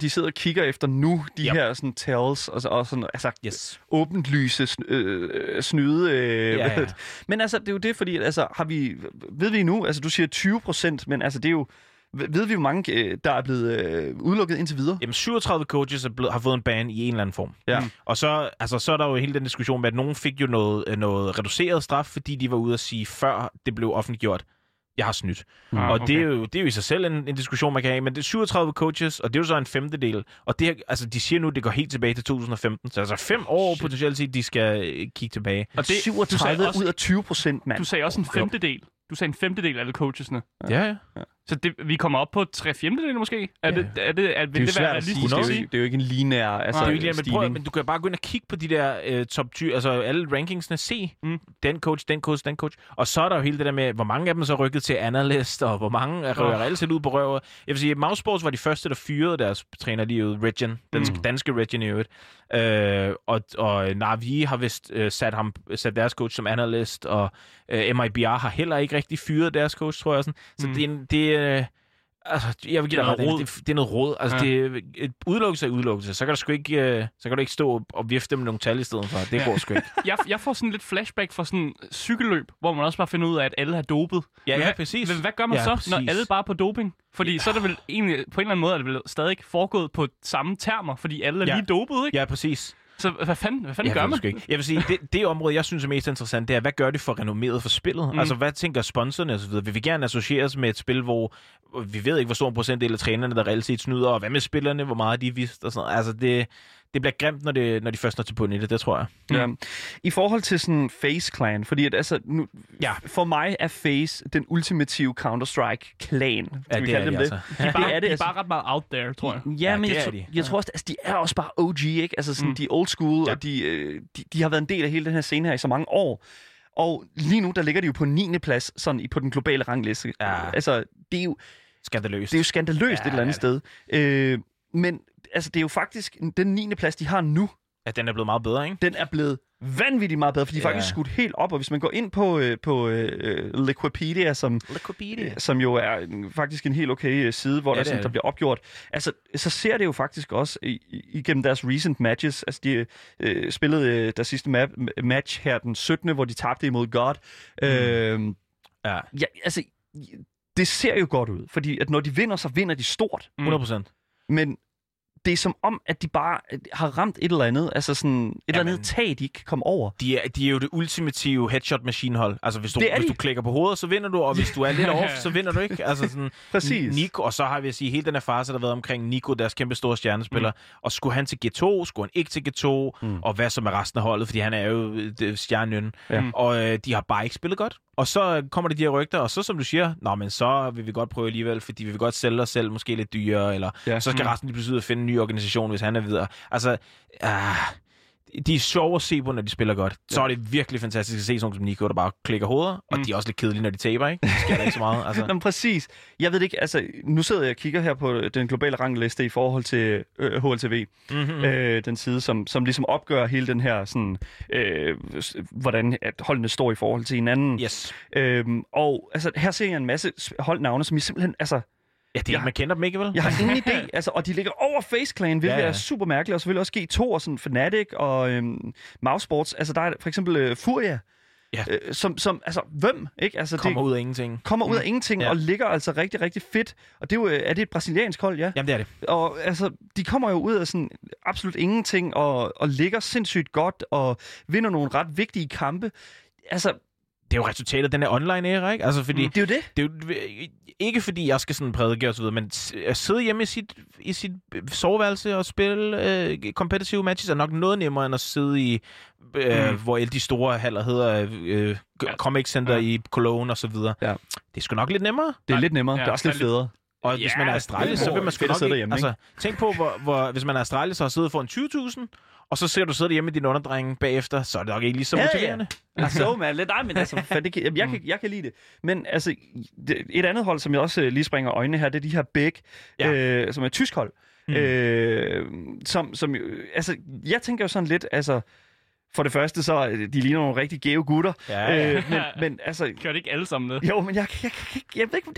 de sidder og kigger efter nu, de yep. her sådan tells, og, og sådan, altså yes. åbent lyse sn- øh, snyde. Øh, ja, ja. Men altså, det er jo det, fordi, altså, har vi, ved vi nu, altså du siger tyve procent, men altså, det er jo, ved vi, hvor mange, der er blevet øh, udelukket indtil videre? Jamen, syvogtredive coaches er blevet, har fået en ban i en eller anden form. Ja. Og så, altså, så er der jo hele den diskussion med, at nogen fik jo noget, noget reduceret straf, fordi de var ude at sige, før det blev offentliggjort, jeg har snydt. Ah, og okay. det, er jo, det er jo i sig selv en, en diskussion, man kan have, men det er syvogtredive coaches, og det er jo så en femtedel. Og det, altså, de siger nu, det går helt tilbage til to tusind og femten, så altså fem år Shit. potentielt set, de skal kigge tilbage. Og det syvogtredive også, ud af tyve procent, mand. Du sagde også en femtedel. Du sagde en femtedel af alle coachesne. Ja, ja. ja. Så det, vi kommer op på tre fjerdedele måske? Er det, er det, er, det er jo svært at sige. Det er jo, det er jo ikke en lineær altså, det er jo ikke, men, men du kan bare gå ind og kigge på de der uh, top tyve, altså alle rankingsene, se mm. den coach, den coach, den coach. Og så er der jo hele det der med, hvor mange af dem så rykket til analyst, og hvor mange er rører reelt set ud på røver. Jeg vil sige, Mousesports var de første, der fyrede deres træner lige ud, Regin, danske, mm. danske Regin i øvrigt. Uh, og, og Navi har vist uh, sat, ham, sat deres coach som analyst, og uh, M I B R har heller ikke rigtig fyret deres coach, tror jeg. Sådan. Så mm. det, det uh, altså, jeg vil give dig ret, det, det er noget råd. Altså, ja. det er udelukkelse af udelukkelse. Så kan du sgu ikke, uh, så kan du ikke stå og vifte med nogle tal i stedet for. Det ja. går sgu ikke. jeg, jeg får sådan lidt flashback fra sådan cykelløb, hvor man også bare finder ud af, at alle har dopet. Ja, hvad, ja, præcis. Hvad, hvad gør man ja, så, præcis. når alle bare er på doping? Fordi ja. så er det vel egentlig, på en eller anden måde, er det vel stadig foregået på samme termer, fordi alle er ja. lige dopet, ikke? Ja, præcis. Så hvad fanden, hvad fanden jeg gør man? Ikke. Jeg vil sige, det, det område, jeg synes er mest interessant, det er, hvad gør det for renommeret for spillet? Mm. Altså, hvad tænker sponsorerne og så videre? Vil vi gerne associeres med et spil, hvor vi ved ikke, hvor stor en procentdel af trænerne, der reelt set snyder, og hvad med spillerne, hvor meget de er vist og sådan noget. Altså, det, det bliver grimt, når, det, når de først når til bunden i det, det tror jeg. Ja. I forhold til sådan FaZe Clan, fordi at, altså, nu, ja. for mig er FaZe den ultimative Counter-Strike-klan. Ja, det er dem de, det? Altså. De er bare, de er det, bare ret meget out there, tror jeg. Ja, ja men jeg, jeg, jeg tror også, altså, de er også bare O G, ikke? Altså sådan, mm. de er old school, ja. og de, øh, de, de har været en del af hele den her scene her i så mange år. Og lige nu, der ligger de jo på niende plads sådan, på den globale rangliste. Ja. Altså, det er jo... Skandaløst. Det er jo skandaløst ja, et eller andet ja, sted. Øh, men altså, det er jo faktisk den niende plads, de har nu. Ja, den er blevet meget bedre, ikke? Den er blevet vanvittigt meget bedre, for de er ja. faktisk skudt helt op. Og hvis man går ind på, øh, på øh, Liquipedia, som, Liquipedia. som jo er en, faktisk en helt okay side, hvor ja, der, sådan, der bliver opgjort, altså, så ser det jo faktisk også i, igennem deres recent matches. Altså, de øh, spillede øh, deres sidste ma- match her den syttende, hvor de tabte imod God. Mm. Øh, ja. ja, altså... Det ser jo godt ud, fordi at når de vinder, så vinder de stort. hundrede procent. Men det er som om, at de bare har ramt et eller andet, altså sådan et ja, eller andet tag, de ikke kan komme over. De er, de er jo det ultimative headshot-maskinhold. Altså, hvis du, hvis du klikker på hovedet, så vinder du, og hvis du er lidt off, så vinder du ikke. Altså sådan, præcis. Nico, og så har vi at sige, hele den her fase, der har været omkring Nico, deres kæmpe store stjernespiller, mm. og skulle han til G to, skulle han ikke til G to, mm. og hvad så med resten af holdet, fordi han er jo stjernen. Ja. Og øh, de har bare ikke spillet godt. Og så kommer der de her rygter, og så som du siger, nå, men så vil vi godt prøve alligevel, fordi vi vil godt sælge os selv måske lidt dyrere, eller ja. så skal resten lige pludselig finde en ny organisation, hvis han er videre. Altså, øh, de er sjove at se på, når de spiller godt. Så ja. er det virkelig fantastisk at se sådan som Nico, der bare klikker hoveder, og mm. de er også lidt kedelige, når de taber, ikke? Det sker der ikke så meget. Altså. Nå, præcis. Jeg ved ikke, altså, nu sidder jeg og kigger her på den globale rangliste i forhold til øh, H L T V, mm-hmm. øh, den side, som, som ligesom opgør hele den her, sådan, øh, hvordan at holdene står i forhold til hinanden. Yes. Øhm, og altså, her ser jeg en masse holdnavne, som I simpelthen, altså, ja, det er, man kender dem ikke, vel? Jeg har ingen idé, altså, og de ligger over FaZe Clan, hvilket ja, ja. er super mærkeligt, og selvfølgelig også G to og sådan Fnatic og øhm, Mousesports. Altså, der er for eksempel øh, Furia, ja. øh, som, som, altså, hvem, ikke? Altså, kommer det, ud af ingenting. Kommer ud af ingenting, ja. og ligger altså rigtig, rigtig fedt. Og det er jo, er det et brasiliansk hold, ja? Jamen, det er det. Og altså, de kommer jo ud af sådan absolut ingenting, og, og ligger sindssygt godt, og vinder nogle ret vigtige kampe. Altså, det er jo resultatet af den her online-æra, ikke? Altså, fordi... Det er jo det. Det er jo ikke fordi, jeg skal sådan prædike og så videre, men at sidde hjemme i sit, i sit soveværelse og spille øh, competitive matches er nok noget nemmere, end at sidde i, øh, mm. hvor alle de store haller hedder øh, Comic Center ja. i Cologne og så videre. Ja. Det er sgu nok lidt nemmere. Det er lidt nemmere. Ja, det er også lidt federe. Og ja, hvis man er Australisk, så vil man sgu nok ikke... Hjemme, altså, tænk på, hvor, hvor, hvis man er Australisk, så har siddet for en tyve tusind, og så ser du sidde hjemme med din underdrenge bagefter, så er det nok ikke lige så motiverende. Ja, ja. Så man lidt, nej, men altså, det, jeg, jeg, kan, jeg kan lide det. Men altså, et andet hold, som jeg også lige springer øjnene her, det er de her Big, ja. øh, som er et tysk hold. Mm. Øh, som, som, altså, jeg tænker jo sådan lidt, altså, for det første, så de ligner nogle rigtig gave gutter. Ja, ja. Øh, men, men altså... Gør det ikke alle sammen noget? Jo, men jeg, jeg, jeg, jeg, jeg ved ikke, hvad det er.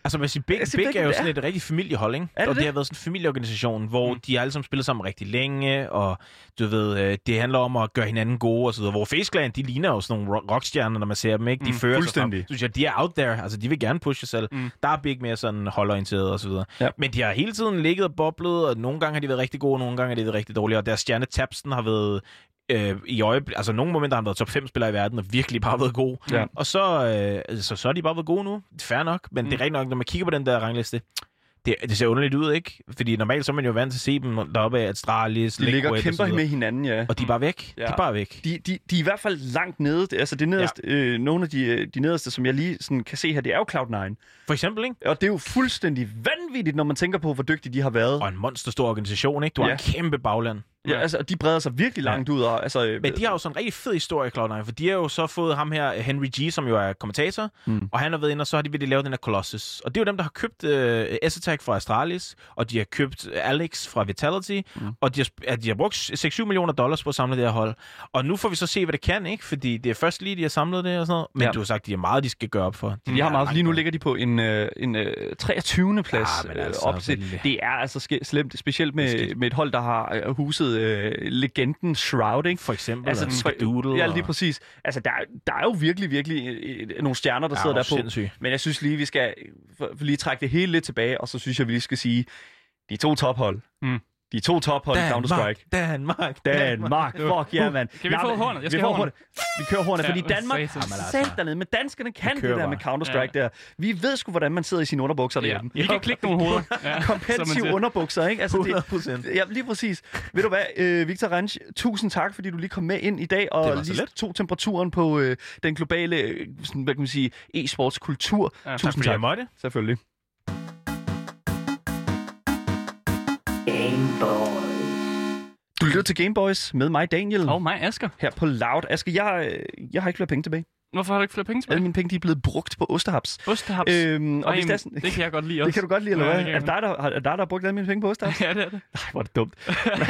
Altså, man siger, Big, altså, Big Big er jo er. sådan et rigtig familiehold, ikke? Er det og det det? har været sådan en familieorganisation, hvor mm. de alle sammen spiller sammen rigtig længe, og du ved, det handler om at gøre hinanden gode og så videre. Hvor Face Clan, de ligner jo sådan nogle rockstjerner, når man ser dem, ikke? De mm, fører sig frem. Synes jeg, de er out there, altså de vil gerne pushe sig selv. Mm. Der er Big mere sådan holdorienteret og så videre. Ja. Men de har hele tiden ligget og boblet, og nogle gange har de været rigtig gode, og nogle gange har de været rigtig dårlige, og deres stjerne Tabsten har været øh, i øjeblik, altså nogle momenter har han været top fem spillere i verden, og virkelig bare været god. Ja. Og så, øh, så, så er de bare været gode nu. Fair nok, men mm. det er rigtig nok, når man kigger på den der rangliste, det, det ser underligt ud, ikke? Fordi normalt så er man jo vant til at se dem deroppe af Astralis, de ligger og kæmper med hinanden, ja. Og de er bare væk. Ja. De er bare væk. De, de, de er i hvert fald langt nede. Altså det nederste, ja. øh, nogle af de, de nederste, som jeg lige sådan kan se her, det er jo Cloud nine. For eksempel, ikke? Og det er jo fuldstændig vanvittigt, når man tænker på, hvor dygtige de har været. Og en monsterstor organisation, ikke? Du har ja. en kæmpe bagland. Ja, ja, altså, de breder sig virkelig langt ja. ud. Og, altså, men de har jo sådan en rigtig fed historie, Cloud nine, for de har jo så fået ham her, Henry G, som jo er kommentator, mm. og han har været inde, og så har de virkelig lavet den her Colossus. Og det er jo dem, der har købt uh, S-Attack fra Astralis, og de har købt Alex fra Vitality, mm. og de har, de har brugt seks til syv millioner dollars på at samle det her hold. Og nu får vi så se, hvad det kan, ikke? Fordi det er først lige, de har samlet det og sådan noget, men ja. du har sagt, de har meget, de skal gøre op for. De, de har meget, lige nu ligger de på en, øh, en øh, treogtyvende plads ja, altså, op til. Det er altså sk- slemt, specielt med, med et hold, der har øh, huset øh, legenden Shroud, ikke? For eksempel, altså, altså Doodle. Ja, lige præcis. Altså, der, der er jo virkelig, virkelig øh, nogle stjerner, der ja, sidder der på. Sindssygt. Men jeg synes lige, vi skal for, for lige trække det hele lidt tilbage, og så synes jeg, vi lige skal sige, de to tophold. Mm. De to tophold i Counter-Strike. Danmark, Danmark. Fuck ja, yeah, mand. Kan vi få hornet? Jeg skal have hornet. Vi kører hornet, ja, fordi Danmark selv dernede. Men danskerne kan det der med Counter-Strike ja. der. Vi ved sgu, hvordan man sidder i sine underbukser ja. derhjemme. Vi kan klikke nogle hoveder. Ja. Kompetitive underbukser, ikke? Altså, hundrede procent. Det, ja, lige præcis. Ved du hvad, øh, Victor Ranch, tusind tak, fordi du lige kom med ind i dag og lige tog temperaturen på øh, den globale, sådan, hvad kan man sige, e-sports kultur. Ja, tusind tak. tak. Selvfølgelig. Gameboys. Du lytter til Gameboys med mig, Daniel. Og mig, Asger. Her på Loud. Asger, jeg, jeg har ikke flere penge tilbage. Hvorfor har du ikke flere penge tilbage? Alle mine penge, de er blevet brugt på ostehaps. Ostehaps? Øhm, og Ej, det, sådan, det kan jeg godt lide også. Det kan du godt lide, eller ja, hvad? Er det dig, der, er dig, der har brugt alle mine penge på ostehaps? Ja, det er det. Nej, hvor er det dumt.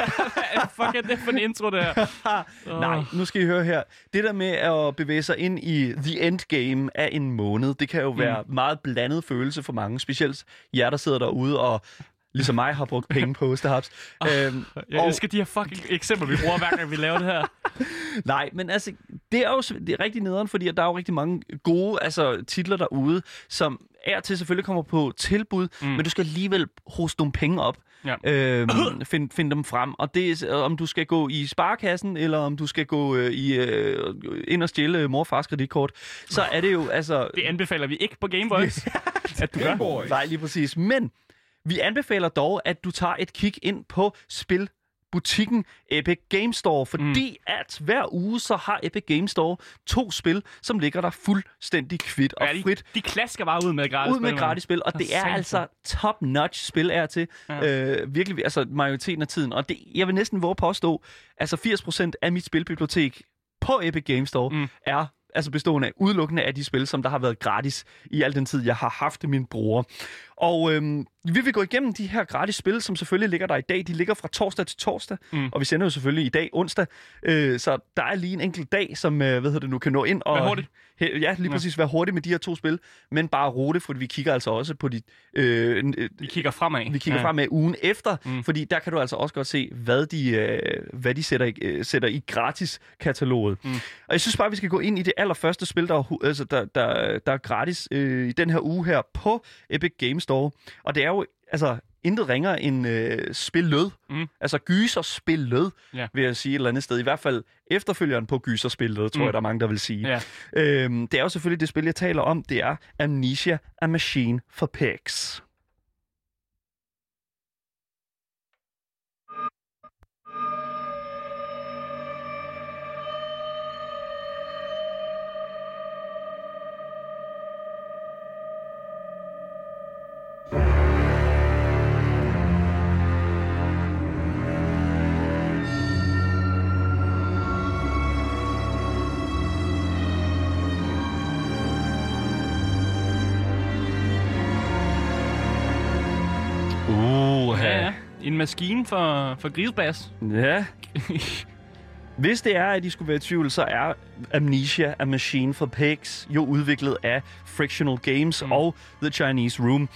Fuck er det for en intro, der? oh. Nej, nu skal I høre her. Det der med at bevæge sig ind i the endgame af en måned, det kan jo være mm. meget blandet følelse for mange. Specielt jer, der sidder derude og ligesom mig har brugt penge på ostehaps. Oh, øhm, jeg og... elsker de her fucking eksempler, vi bruger hver gang, vi laver det her. Nej, men altså, det er jo det er rigtig nederen, fordi der er jo rigtig mange gode altså, titler derude, som er til selvfølgelig kommer på tilbud, mm. men du skal alligevel hoste nogle penge op. Ja. Øhm, find, find dem frem. Og det er, om du skal gå i sparekassen, eller om du skal gå øh, i, øh, ind og stjæle mor og fars kreditkort, så er det jo altså... Det anbefaler vi ikke på Gameboys, at du gør. Nej, lige præcis. Men vi anbefaler dog, at du tager et kig ind på spilbutikken Epic Games Store, fordi mm. at hver uge så har Epic Games Store to spil, som ligger der fuldstændig kvit og ja, de, frit. De klasker bare ud med gratis ud med gratis spil, og det er altså top-notch spil er til. Ja. Øh, virkelig, altså majoriteten af tiden. Og det, jeg vil næsten våge påstå, altså firs procent af mit spilbibliotek på Epic Games Store mm. er altså bestående af udelukkende af de spil, som der har været gratis i al den tid, jeg har haft min bror. Og øhm, vi vil gå igennem de her gratis spil, som selvfølgelig ligger der i dag. De ligger fra torsdag til torsdag, mm. og vi sender jo selvfølgelig i dag onsdag. Øh, så der er lige en enkelt dag, som øh, hvad hedder det nu, kan nå ind og... Vær hurtigt. He, ja, lige præcis. Ja. Være hurtigt med de her to spil, men bare rute, fordi vi kigger altså også på de... Øh, øh, vi kigger fremad. Vi kigger ja. fremad ugen efter, mm. fordi der kan du altså også godt se, hvad de, øh, hvad de sætter, i, øh, sætter i gratis-kataloget. Mm. Og jeg synes bare, vi skal gå ind i det allerførste spil, der er, altså, der, der, der er gratis øh, i den her uge her på Epic Games Store. Og det er jo altså intet ringer end øh, spillød. Mm. Altså gyserspillød, yeah. vil jeg sige et eller andet sted. I hvert fald efterfølgeren på gyserspillød, tror mm. jeg, der er mange, der vil sige. Yeah. Øhm, det er jo selvfølgelig det spil, jeg taler om. Det er Amnesia: A Machine for Pigs. En maskine for, for grisebas. Ja. Hvis det er, at de skulle være i tvivl, så er Amnesia: A Machine for Pigs jo udviklet af Frictional Games mm. og The Chinese Room.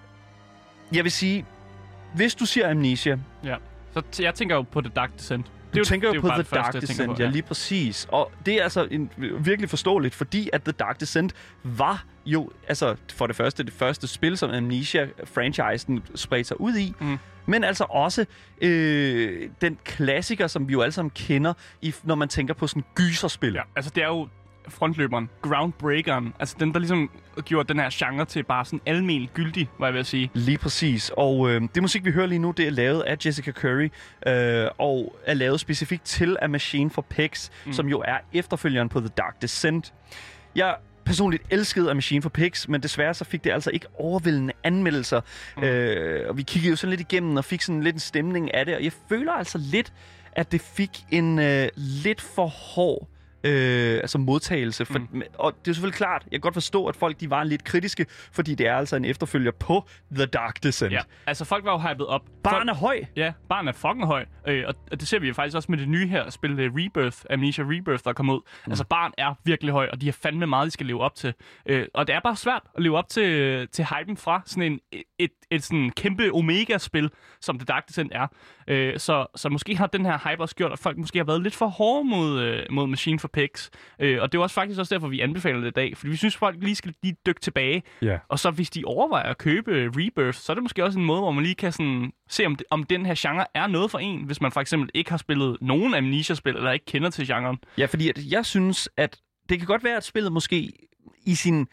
Jeg vil sige, hvis du siger Amnesia... Ja, så jeg tænker jo på The Dark Descent. Du det tænker jo på The første, Dark Descent, på, ja. ja, lige præcis. Og det er altså en, virkelig forståeligt, fordi at The Dark Descent var jo, altså for det første, det første spil, som Amnesia-franchisen spredte sig ud i, mm. men altså også øh, den klassiker, som vi jo alle sammen kender, i, når man tænker på sådan gyserspil. Ja, altså det er jo frontløberen, groundbreakeren, altså den, der ligesom gjorde den her genre til bare sådan almen gyldig, hvad jeg vil sige. Lige præcis, og øh, det musik, vi hører lige nu, det er lavet af Jessica Curry, øh, og er lavet specifikt til A Machine for Pigs, mm. som jo er efterfølgeren på The Dark Descent. Jeg personligt elskede A Machine for Pigs, men desværre så fik det altså ikke overvældende anmeldelser. Mm. Øh, og vi kiggede jo sådan lidt igennem og fik sådan lidt en stemning af det, og jeg føler altså lidt, at det fik en øh, lidt for hård Øh, altså modtagelse. For, mm. Og det er selvfølgelig klart, jeg kan godt forstå, at folk de var lidt kritiske, fordi det er altså en efterfølger på The Dark Descent. Ja, altså folk var jo hypet op. Barn er høj! Ja, barn er fucking høj. Øh, og det ser vi jo faktisk også med det nye her spil, Rebirth, Amnesia Rebirth, der kom ud. Mm. Altså barn er virkelig høj, og de har fandme meget, de skal leve op til. Øh, og det er bare svært at leve op til, til hypen fra sådan en, et, et, et sådan kæmpe Omega-spil, som The Dark Descent er. Øh, så, så måske har den her hype også gjort, at folk måske har været lidt for hårde mod, øh, mod Machine for Pigs. Øh, og det er også faktisk også derfor, vi anbefaler det i dag. Fordi vi synes, folk lige skal lige dykke tilbage. Yeah. Og så hvis de overvejer at købe Rebirth, så er det måske også en måde, hvor man lige kan sådan, se, om, det, om den her genre er noget for en, hvis man for eksempel ikke har spillet nogen Amnesia-spil, eller ikke kender til genren. Ja, fordi at jeg synes, at det kan godt være, at spillet måske i sin...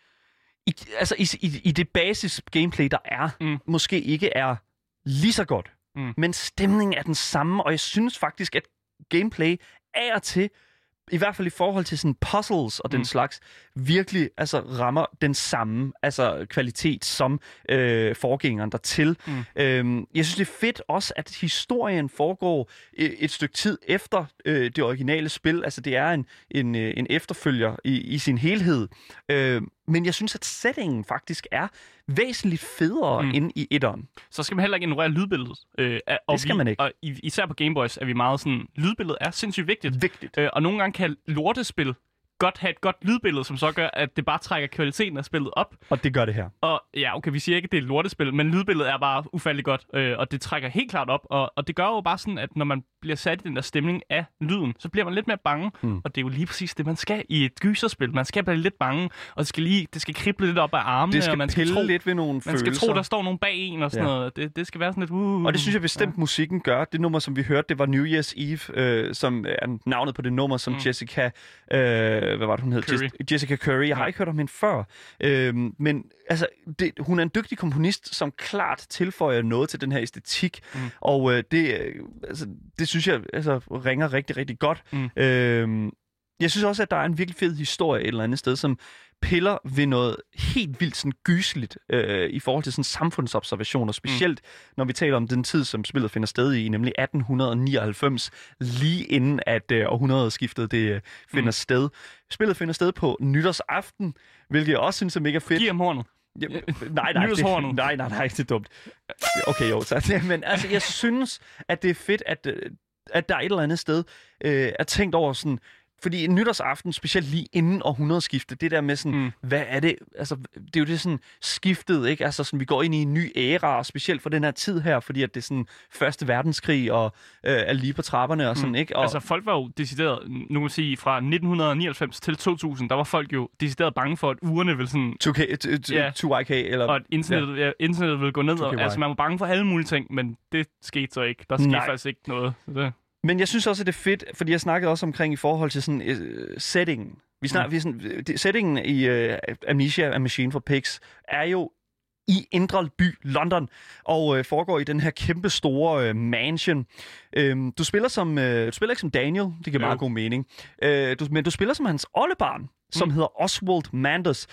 I, altså i, i, i det basis gameplay, der er, mm. måske ikke er lige så godt. Mm. Men stemningen er den samme, og jeg synes faktisk, at gameplay af og til, i hvert fald i forhold til sådan puzzles og den mm. slags, virkelig altså rammer den samme altså kvalitet som øh, forgængeren dertil. Mm. Øhm, jeg synes, det er fedt også, at historien foregår et, et stykke tid efter øh, det originale spil. Altså, det er en, en, en efterfølger i, i sin helhed. Øh, men jeg synes, at settingen faktisk er væsentligt federe mm. end i etteren. Så skal man heller ikke ignorere lydbilledet. Øh, og det skal vi, man ikke. Og især på Game Boys er vi meget sådan, lydbilledet er sindssygt vigtigt. Vigtigt. Øh, og nogle gange kan lortespil godt have et godt lydbillede, som så gør, at det bare trækker kvaliteten af spillet op. Og det gør det her. Og ja, okay, vi siger ikke, at det er et lortespil, men lydbilledet er bare ufatteligt godt, øh, og det trækker helt klart op. Og, og det gør jo bare sådan, at når man bliver sat i den der stemning af lyden, så bliver man lidt mere bange. Mm. Og det er jo lige præcis det, man skal i et gyserspil. Man skal blive lidt bange, og det skal, lige, det skal krible lidt op af armene. Det skal og man pille skal tro, lidt ved nogle man følelser. Man skal tro, der står nogen bag en og sådan ja. noget. Det, det skal være sådan lidt... Uh, og det synes jeg bestemt, ja. musikken gør. Det nummer, som vi hørte, det var New Year's Eve, øh, som er navnet på det nummer, som mm. Jessica... Øh, hvad var det, hun hed? Curry. Jessica Curry. Jeg har ja. ikke hørt om hende før. Øh, men altså, det, hun er en dygtig komponist, som klart tilføjer noget til den her æstetik. Mm. Og øh, det, altså, det synes jeg altså, ringer rigtig, rigtig godt. Mm. Øh, jeg synes også, at der er en virkelig fed historie et eller andet sted, som piller ved noget helt vildt sådan gyseligt øh, i forhold til sådan samfundsobservationer, specielt mm. når vi taler om den tid, som spillet finder sted i, nemlig atten nioghalvfems, lige inden at øh, århundredeskiftet det øh, finder mm. sted. Spillet finder sted på nytårsaften, hvilket jeg også synes er mega fedt. Giv ham hornet. Ja, nej, nej, det, nej, nej, nej, det er dumt. Okay, jo, så, men altså, jeg synes, at det er fedt, at, at der er et eller andet sted øh, er tænkt over sådan. Fordi en nytårsaften, specielt lige inden århundredeskiftet, det der med sådan, mm. hvad er det? Altså, det er jo det sådan skiftet, ikke? Altså sådan, vi går ind i en ny æra, og specielt for den her tid her, fordi at det er sådan første verdenskrig, og øh, er lige på trapperne og sådan, mm. ikke? Og altså, folk var jo decideret, nu kan man sige, fra nitten nioghalvfems til to tusind, der var folk jo decideret bange for, at ugerne ville sådan... to K, ja, to Y K, eller... Og at internettet, ja. Ja, internettet ville gå ned, og, altså man var bange for alle mulige ting, men det skete så ikke. Der skete Nej. faktisk ikke noget. Det. Men jeg synes også, at det er fedt, fordi jeg snakkede også omkring i forhold til sådan uh, settingen. Vi snakker, mm. vi sådan, det, settingen i uh, Amnesia: A Machine for Pigs er jo i Indre By, London, og uh, foregår i den her kæmpe store uh, mansion. Uh, du spiller som uh, du spiller ikke som Daniel, det giver jo. meget god mening. Uh, du, men du spiller som hans oldebarn, som mm. hedder Oswald Manders.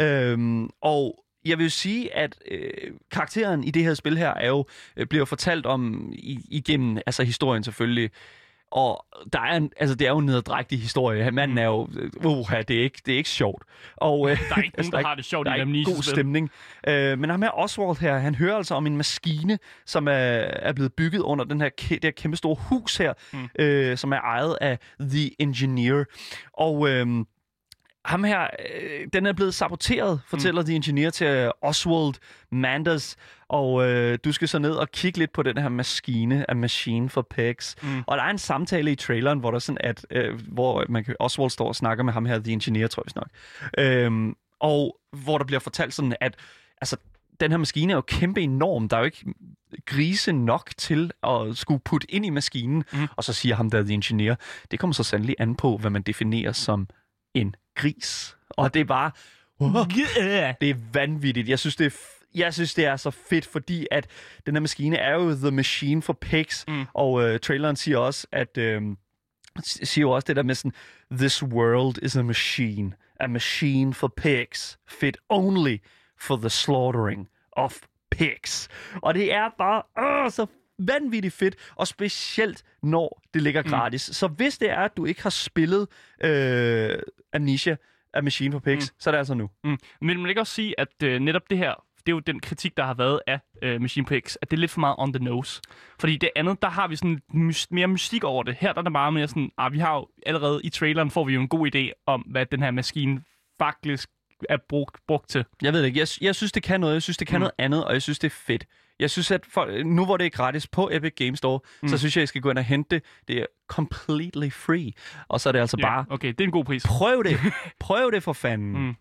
Uh, og jeg vil jo sige, at øh, karakteren i det her spil her er jo, øh, bliver fortalt om i, igennem altså historien selvfølgelig. og der er en, altså, det er jo en nederdrægtig historie. Manden er jo... Uh, det, er ikke, det er ikke sjovt. Og, der er ikke nogen, der har det sjovt i dem. Der er ikke god stemning. Uh, men ham her Oswald her, han hører altså om en maskine, som er, er blevet bygget under den her, det her kæmpe store hus her, mm. uh, som er ejet af The Engineer. Og... Uh, Ham her, øh, den er blevet saboteret, fortæller mm. The Engineer til Oswald Manders, og øh, du skal så ned og kigge lidt på den her maskine, A Machine for Pigs. Mm. Og der er en samtale i traileren, hvor der sådan at, øh, hvor man kan, Oswald står og snakker med ham her, The Engineer, tror jeg nok. Øhm, og hvor der bliver fortalt sådan, at altså, den her maskine er jo kæmpe enorm. Der er jo ikke grise nok til at skulle putte ind i maskinen. Mm. Og så siger ham der, The Engineer, det kommer så sandelig an på, hvad man definerer som en gris. Og det er bare... Uh, det er vanvittigt. Jeg synes, det er, f- jeg synes, det er så fedt, fordi at den her maskine er jo The Machine for Pigs. Mm. Og uh, traileren siger også, at... Uh, siger jo også det der med sådan... This world is a machine. A machine for pigs. Fit only for the slaughtering of pigs. Og det er bare... Uh, så vanvittigt fedt, og specielt når det ligger gratis. Mm. Så hvis det er, at du ikke har spillet øh, Amnesia, A Machine for Pigs, mm. så er det altså nu. Mm. Men man kan også sige, at øh, netop det her, det er jo den kritik, der har været af øh, Machine for Pigs, at det er lidt for meget on the nose. Fordi det andet, der har vi sådan my- mere mystik over det. Her der er der bare mere sådan, ah, vi har jo allerede i traileren, får vi jo en god idé om, hvad den her maskine faktisk er brugt, brugt til. Jeg ved det ikke. Jeg, jeg synes, det kan noget. Jeg synes, det kan mm. noget andet, og jeg synes, det er fedt. Jeg synes, at for, nu hvor det er gratis på Epic Games Store, mm. så synes jeg, at I skal gå ind og hente det. Det er completely free. Og så er det altså ja, bare... Okay, det er en god pris. Prøv det. Prøv det for fanden. Mm.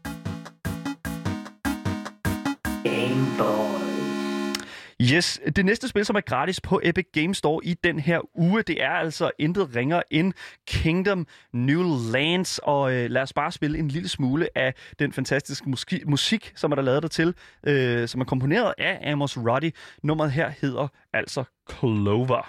Game Boy. Yes, det næste spil, som er gratis på Epic Games Store i den her uge, det er altså intet ringere end Kingdom New Lands. Og øh, lad os bare spille en lille smule af den fantastiske musik, musik som er der lavet dertil, øh, som er komponeret af Amos Roddy. Nummeret her hedder altså Clover.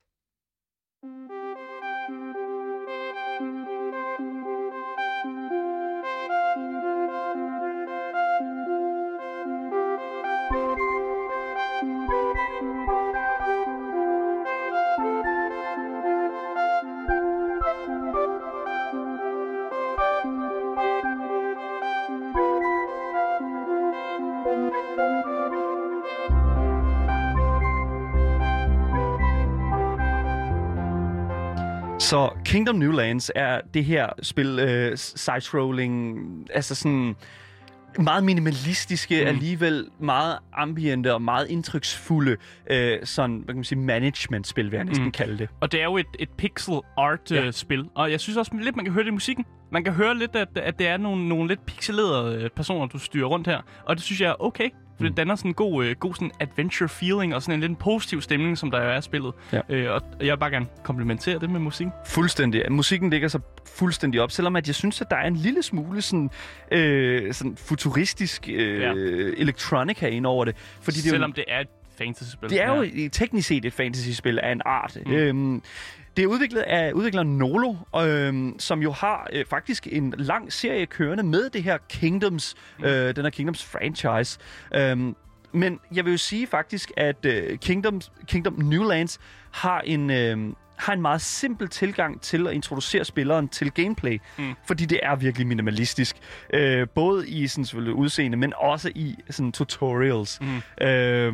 Så Kingdom New Lands er det her spil, øh, side-scrolling, altså sådan meget minimalistiske, mm. alligevel meget ambiente og meget indtryksfulde øh, sådan, hvad kan man sige, management-spil, vil jeg næsten mm. kalde det. Og det er jo et, et pixel art-spil, ja. øh, og jeg synes også lidt, man kan høre det i musikken. Man kan høre lidt, at, at det er nogle, nogle lidt pixelerede personer, du styrer rundt her, og det synes jeg er okay. For det danner sådan en god, øh, god sådan adventure feeling og sådan en lidt en positiv stemning, som der jo er spillet. Ja. Øh, og jeg vil bare gerne komplimentere det med musikken. Fuldstændig. Musikken ligger så fuldstændig op, selvom at jeg synes, at der er en lille smule sådan, øh, sådan futuristisk øh, ja. electronic herinde over det. Fordi selvom det, det er et fantasy-spil. Det er jo ja. teknisk set et fantasy-spil af en art. Mm. Øhm, Det er udviklet af udvikleren Nolo, øh, som jo har øh, faktisk en lang serie kørende med det her Kingdoms, øh, den her Kingdoms franchise. Øh, men jeg vil jo sige faktisk, at øh, Kingdom, Kingdom New Lands har en, øh, har en meget simpel tilgang til at introducere spilleren til gameplay. Mm. Fordi det er virkelig minimalistisk. Øh, både i sådan, selvfølgelig udseende, men også i sådan, tutorials. Mm. Øh,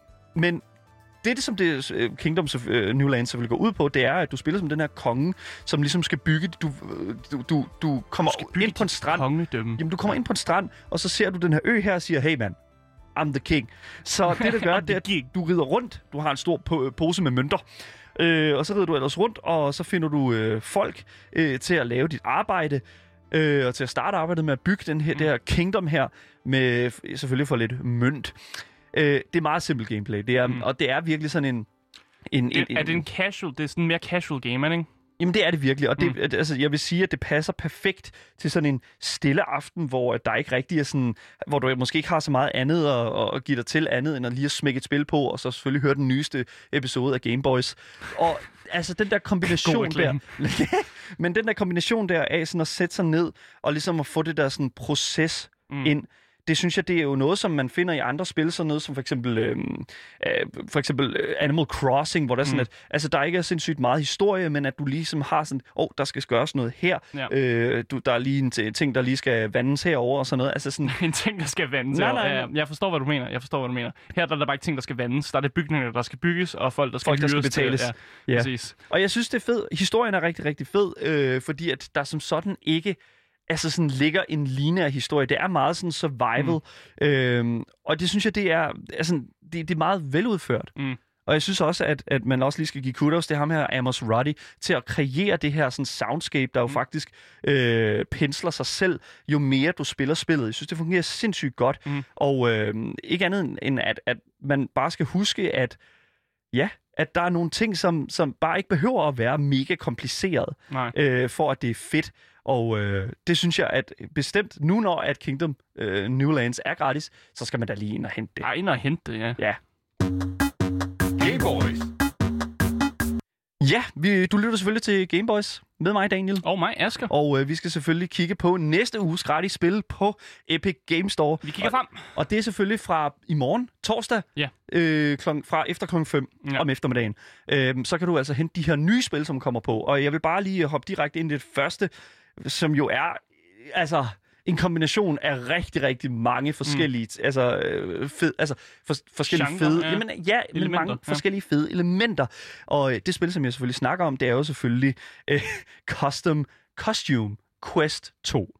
men Det, det som det Kingdoms of uh, New Lands selvfølgelig går ud på, det er, at du spiller som den her konge, som ligesom skal bygge... Du, du, du, du kommer du bygge ind på en strand. Kongedømme. Jamen, du kommer ind på en strand, og så ser du den her ø her og siger, hey man, I'm the king. Så det, der gør, det er, at du rider rundt. Du har en stor po- pose med mønter. Øh, og så rider du ellers rundt, og så finder du øh, folk øh, til at lave dit arbejde. Øh, og til at starte arbejdet med at bygge den her, mm. det her kingdom her, med selvfølgelig for lidt mønt. Øh, det er meget simpelt gameplay, det er, mm. og det er virkelig sådan en... en, det, en er det en casual, det er sådan en mere casual game, ikke? Jamen det er det virkelig, og det, mm. altså, jeg vil sige, at det passer perfekt til sådan en stille aften, hvor der ikke rigtig er sådan, hvor du måske ikke har så meget andet at, at give dig til andet, end at lige at smække et spil på, og så selvfølgelig høre den nyeste episode af Game Boys. Og altså den der kombination der, men den der kombination der af sådan at sætte sig ned, og ligesom at få det der sådan proces mm. ind, det synes jeg, det er jo noget, som man finder i andre spil, sådan noget som for eksempel, øh, øh, for eksempel Animal Crossing, hvor der er sådan, mm. at altså, der ikke er sindssygt meget historie, men at du ligesom har sådan, åh, oh, der skal gøres noget her, ja. øh, du, der er lige en ting, der lige skal vandes herover og sådan noget. Altså sådan... en ting, der skal vandes nej, nej, nej. Jeg forstår, hvad du mener. Jeg forstår, hvad du mener. Her der er der bare ikke ting, der skal vandes. Der er det bygninger, der skal bygges, og folk, der skal, folk, der skal betales. Til, ja, ja. Præcis. Og jeg synes, det er fedt. Historien er rigtig, rigtig fed, øh, fordi at der som sådan ikke altså sådan ligger en lineær historie. Det er meget sådan survival. Mm. Øhm, og det synes jeg, det er, altså, det, det er meget veludført. Mm. Og jeg synes også, at, at man også lige skal give kudos til ham her, Amos Ruddy, til at kreere det her sådan soundscape, der jo mm. faktisk øh, pensler sig selv, jo mere du spiller spillet. Jeg synes, det fungerer sindssygt godt. Mm. Og øh, ikke andet end, at, at man bare skal huske, at ja, at der er nogle ting, som, som bare ikke behøver at være mega kompliceret, øh, for at det er fedt. Og øh, det synes jeg, at bestemt nu, når at Kingdom øh, New Lands er gratis, så skal man da lige ind og hente det. Ja, ind og hente det, ja. Ja. Gameboys. Ja, vi, du lytter selvfølgelig til Gameboys med mig, Daniel. Og mig, Asger. Og øh, vi skal selvfølgelig kigge på næste uges gratis spil på Epic Games Store. Vi kigger og, frem. Og det er selvfølgelig fra i morgen, torsdag, ja. øh, klon, fra efter klokken fem ja. om eftermiddagen. Øh, så kan du altså hente de her nye spil, som kommer på. Og jeg vil bare lige hoppe direkte ind i det første, som jo er altså en kombination af rigtig, rigtig mange forskellige, mm. altså, øh, fed, altså for, forskellige Genre, fede, ja. jamen, ja, men mange ja. forskellige fede elementer. Og øh, det spil, som jeg selvfølgelig snakker om, det er jo selvfølgelig øh, Custom Costume Quest to.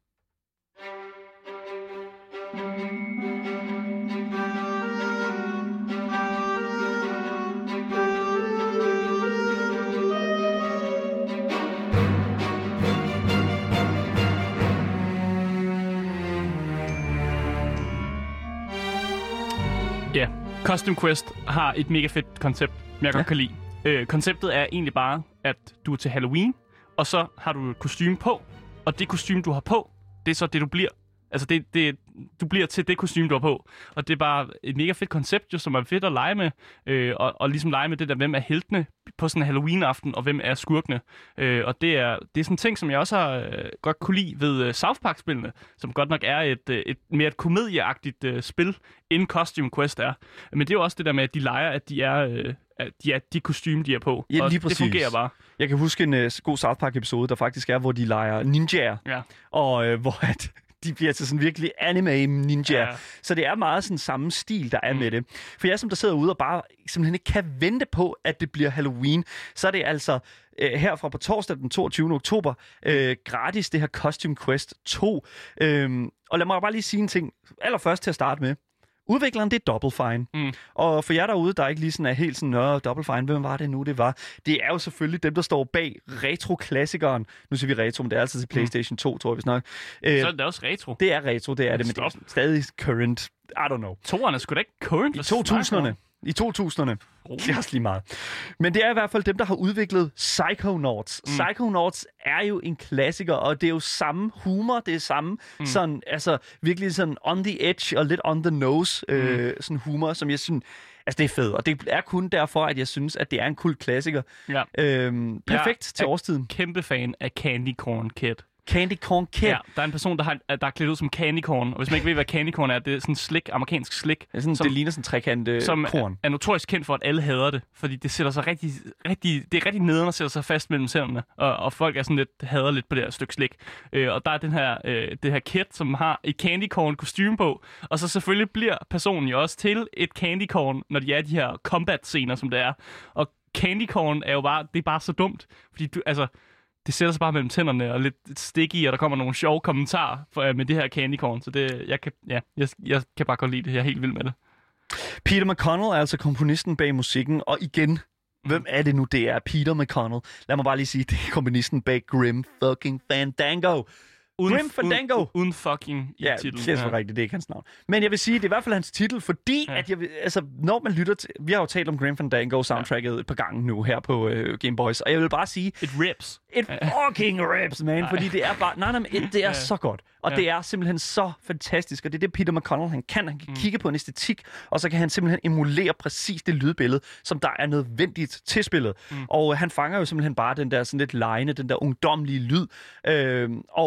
Ja, Custom Quest har et mega fedt koncept, jeg ja. godt kan lide. Øh, konceptet er egentlig bare, at du er til Halloween, og så har du et kostume på, og det kostume, du har på, det er så det, du bliver. Altså, det, det, du bliver til det kostume, du har på. Og det er bare et mega fedt koncept, jo, som er fedt at lege med. Øh, og, og ligesom lege med det der, hvem er heltene på sådan en Halloween-aften, og hvem er skurkene. Øh, og det er, det er sådan en ting, som jeg også har øh, godt kunne lide ved øh, South Park-spillene, som godt nok er et, øh, et mere et komedieagtigt øh, spil, end Costume Quest er. Men det er jo også det der med, at de leger, at de er... Øh, at de er de kostume, de er på. Ja, og lige præcis. Det fungerer bare. Jeg kan huske en uh, god South Park-episode, der faktisk er, hvor de leger ninjaer. Ja. Og uh, hvor at de bliver til sådan virkelig anime ninja. Ja. Så det er meget sådan samme stil, der er mm. med det. For jeg som der sidder ude og bare simpelthen ikke kan vente på, at det bliver Halloween, så er det altså øh, herfra på torsdag den toogtyvende oktober øh, gratis, det her Costume Quest to. Øhm, og lad mig bare lige sige en ting. Allerførst til at starte med. Udvikleren, det er Double Fine. Mm. Og for jer derude, der ikke lige sådan er helt sådan, nå, Double Fine, hvem var det nu, det var? Det er jo selvfølgelig dem, der står bag retro-klassikeren. Nu siger vi retro, men det er altid til PlayStation to, tror jeg, vi snakker. Øh, så er det også retro. Det er retro, det er det, men det er stadig current. I don't know. Toerne er sgu da ikke current. I to tusinderne. I to tusinderne. Oh. Det er også lige meget. Men det er i hvert fald dem, der har udviklet Psychonauts. Mm. Psychonauts er jo en klassiker, og det er jo samme humor, det er samme mm. sådan, altså virkelig sådan on the edge og lidt on the nose mm. øh, sådan humor, som jeg synes, altså det er fedt. Og det er kun derfor, at jeg synes, at det er en kult klassiker. Ja. Øhm, perfekt til årstiden. Kæmpe fan af Candy Corn Kid. Candy Corn Kid. Ja, der er en person, der, har, der er klædt ud som candy corn. Og hvis man ikke ved, hvad candy corn er, det er sådan slik, amerikansk slik. Ja, sådan, som, det ligner sådan en trekant øh, som korn. Er, er notorisk kendt for, at alle hader det. Fordi det sætter sig rigtig, rigtig, det er rigtig nederen og sætter sig fast mellem tænderne. Og, og folk er sådan lidt, hader lidt på det her stykke slik. Øh, og der er den her, øh, det her kid, som har et candy corn kostume på. Og så selvfølgelig bliver personen jo også til et candy corn, når de er de her combat-scener, som det er. Og candy corn er jo bare, det er bare så dumt. Fordi du, altså... Det sætter sig bare mellem tænderne og lidt sticky, og der kommer nogle sjove kommentarer for, med det her candy corn. Så det, jeg, kan, ja, jeg, jeg kan bare godt lide det. Jeg er helt vild med det. Peter McConnell er altså komponisten bag musikken, og igen, hvem er det nu, det er? Peter McConnell. Lad mig bare lige sige, det er komponisten bag Grim fucking Fandango. Uden, Grim Fandango. Uden, uden fucking i ja, titlen. Det er så ja. rigtigt, det er ikke hans navn. Men jeg vil sige, det er i hvert fald hans titel, fordi ja. at jeg, altså, når man lytter til... Vi har jo talt om Grim Fandango soundtracket ja. et par gange nu her på uh, Game Boys, og jeg vil bare sige... It rips. It fucking rips, man, fordi det er bare... Nej, nej, men det er ja. så godt. Og ja. det er simpelthen så fantastisk, og det er det, Peter McConnell han kan. Han kan mm. kigge på en æstetik, og så kan han simpelthen emulere præcis det lydbillede, som der er nødvendigt til spillet. Mm. Og han fanger jo simpelthen bare den der sådan lidt lejende, den der ungdomlige lyd. Øh, og sådan,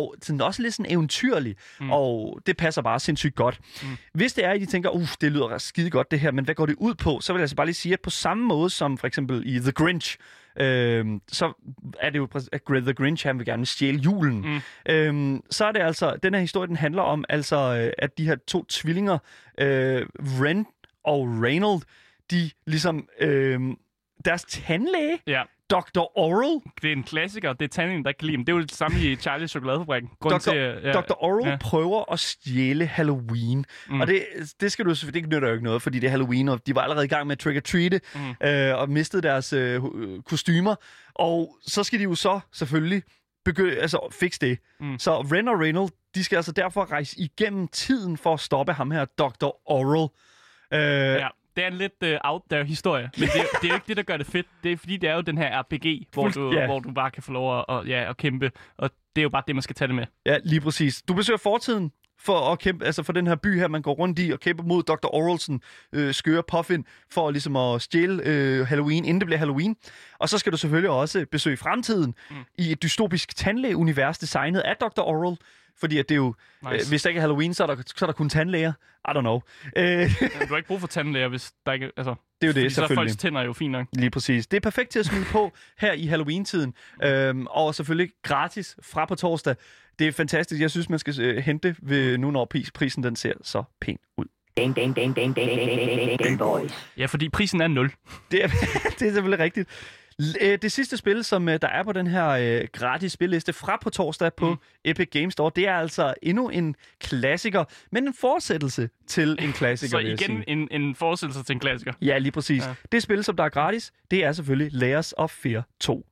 også lidt sådan eventyrlig, mm. og det passer bare sindssygt godt. Mm. Hvis det er, at I tænker, uh, det lyder skide godt det her, men hvad går det ud på? Så vil jeg altså bare lige sige, at på samme måde som for eksempel i The Grinch, Øhm, så er det jo, at The Grinch, han vil gerne stjæle julen. Mm. Øhm, så er det altså, den her historie, den handler om, altså, at de her to tvillinger, øh, Ren og Reynold, de ligesom, øh, deres tandlæge, ja. doktor Oral. Det er en klassiker, det er tandlægen, der ikke kan lide dem. Det er jo det samme i Charlie Chokoladefabrikken. doktor Ja. doktor Oral ja. prøver at stjæle Halloween. Mm. Og det, det skal du selvfølgelig, det nytter jo ikke noget, fordi det er Halloween, og de var allerede i gang med trick-or-treat, mm. øh, og mistede deres øh, kostymer. Og så skal de jo så selvfølgelig begynde, altså fikse det. Mm. Så Ren og Reynold, de skal altså derfor rejse igennem tiden for at stoppe ham her, doktor Oral. Øh, ja. Det er en lidt uh, out there historie, men det, det er jo ikke det, der gør det fedt. Det er fordi, det er jo den her R P G, hvor du, yeah. hvor du bare kan få lov at, og, ja, at kæmpe, og det er jo bare det, man skal tage det med. Ja, lige præcis. Du besøger fortiden for at kæmpe, altså for den her by her, man går rundt i og kæmper mod doktor Oralsen, øh, skøre Puffin, for ligesom at stjæle øh, Halloween, inden det bliver Halloween. Og så skal du selvfølgelig også besøge fremtiden mm. i et dystopisk tandlægeunivers designet af doktor Oral. Fordi at det er jo, nice. øh, hvis der ikke er Halloween, så er der, så er der kun tandlæger. I don't know. Øh. Du har ikke brug for tandlæger, hvis der ikke... Altså, det er jo det, selvfølgelig. Så folks tænder er jo fint nok. Lige præcis. Det er perfekt til at smide på her i Halloween-tiden. Øhm, og selvfølgelig gratis fra på torsdag. Det er fantastisk. Jeg synes, man skal øh, hente ved nu, når prisen den ser så pæn ud. Ding, ding, ding, ding, ding, ding, boys. Ja, fordi prisen er nul. Det er, det er selvfølgelig rigtigt. Det sidste spil, som der er på den her øh, gratis spilliste fra på torsdag på mm. Epic Games Store, det er altså endnu en klassiker, men en fortsættelse til en klassiker. Så igen en, en fortsættelse til en klassiker? Ja, lige præcis. Ja. Det spil, som der er gratis, det er selvfølgelig Layers of Fear to.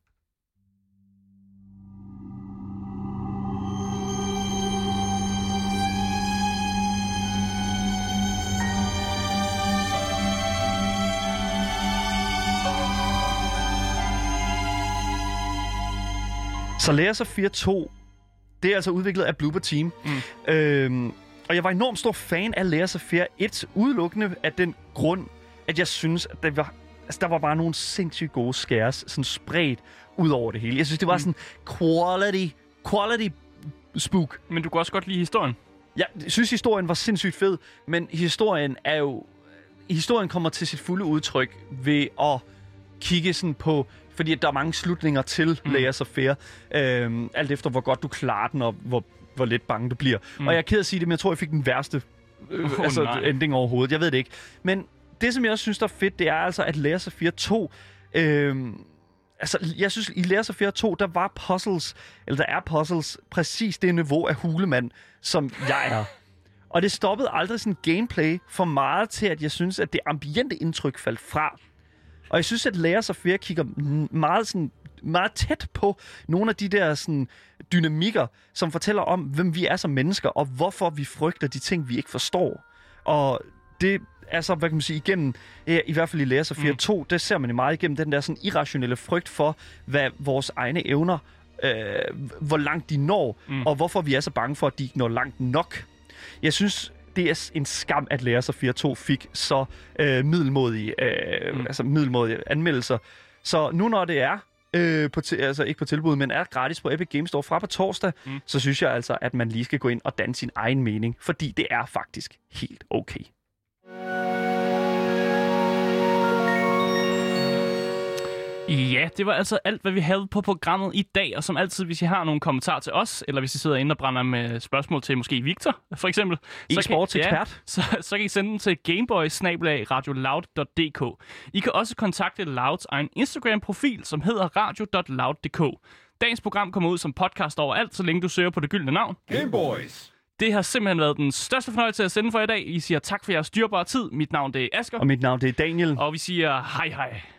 Så Layers of Fear to, det er altså udviklet af Bloober Team. Mm. Øhm, og jeg var enormt stor fan af Layers of Fear et, udelukkende af den grund, at jeg synes, at der var, altså, der var bare nogle sindssygt gode scares, sådan spredt ud over det hele. Jeg synes, det var sådan quality, quality spook. Men du kunne også godt lide historien. Ja, jeg synes, historien var sindssygt fed, men historien er jo... Historien kommer til sit fulde udtryk ved at kigge sådan på... Fordi der er mange slutninger til mm. Layers of Fear. Øhm, alt efter, hvor godt du klarer den, og hvor, hvor lidt bange du bliver. Mm. Og jeg er ked at sige det, men jeg tror, jeg fik den værste øh, oh, altså, ending overhovedet. Jeg ved det ikke. Men det, som jeg også synes, der er fedt, det er altså, at Layers of Fear to... Øhm, altså, jeg synes, i Layers of Fear to, der var puzzles, eller der er puzzles, præcis det niveau af hulemand, som jeg er. Og det stoppede aldrig sådan gameplay for meget til, at jeg synes, at det ambiente indtryk faldt fra. Og jeg synes, at Layers of Fear kigger meget, sådan, meget tæt på nogle af de der sådan, dynamikker, som fortæller om, hvem vi er som mennesker, og hvorfor vi frygter de ting, vi ikke forstår. Og det er så, hvad kan man sige, igennem, i hvert fald i Layers of Fear to, mm. der ser man jo meget igennem den der sådan irrationelle frygt for, hvad vores egne evner, øh, hvor langt de når, mm. og hvorfor vi er så bange for, at de ikke når langt nok. Jeg synes... Det er en skam, at Layers of Fear to fik så øh, middelmodige, øh, mm. altså middelmodige anmeldelser. Så nu når det er, øh, på t- altså ikke på tilbud, men er gratis på Epic Games Store fra på torsdag, mm. så synes jeg altså, at man lige skal gå ind og danne sin egen mening, fordi det er faktisk helt okay. Ja, det var altså alt, hvad vi havde på programmet i dag. Og som altid, hvis I har nogle kommentarer til os, eller hvis I sidder inde og brænder med spørgsmål til måske Victor, for eksempel. E-sports ekspert. Ja, så, så kan I sende dem til gameboy snabel-a radioloud punktum d k. I kan også kontakte Louds egen Instagram-profil, som hedder radio punktum loud punktum d k. Dagens program kommer ud som podcast overalt, så længe du søger på det gyldne navn. Gameboys! Det har simpelthen været den største fornøjelse at sende for i dag. I siger tak for jeres dyrbare tid. Mit navn det er Asger. Og mit navn det er Daniel. Og vi siger hej hej.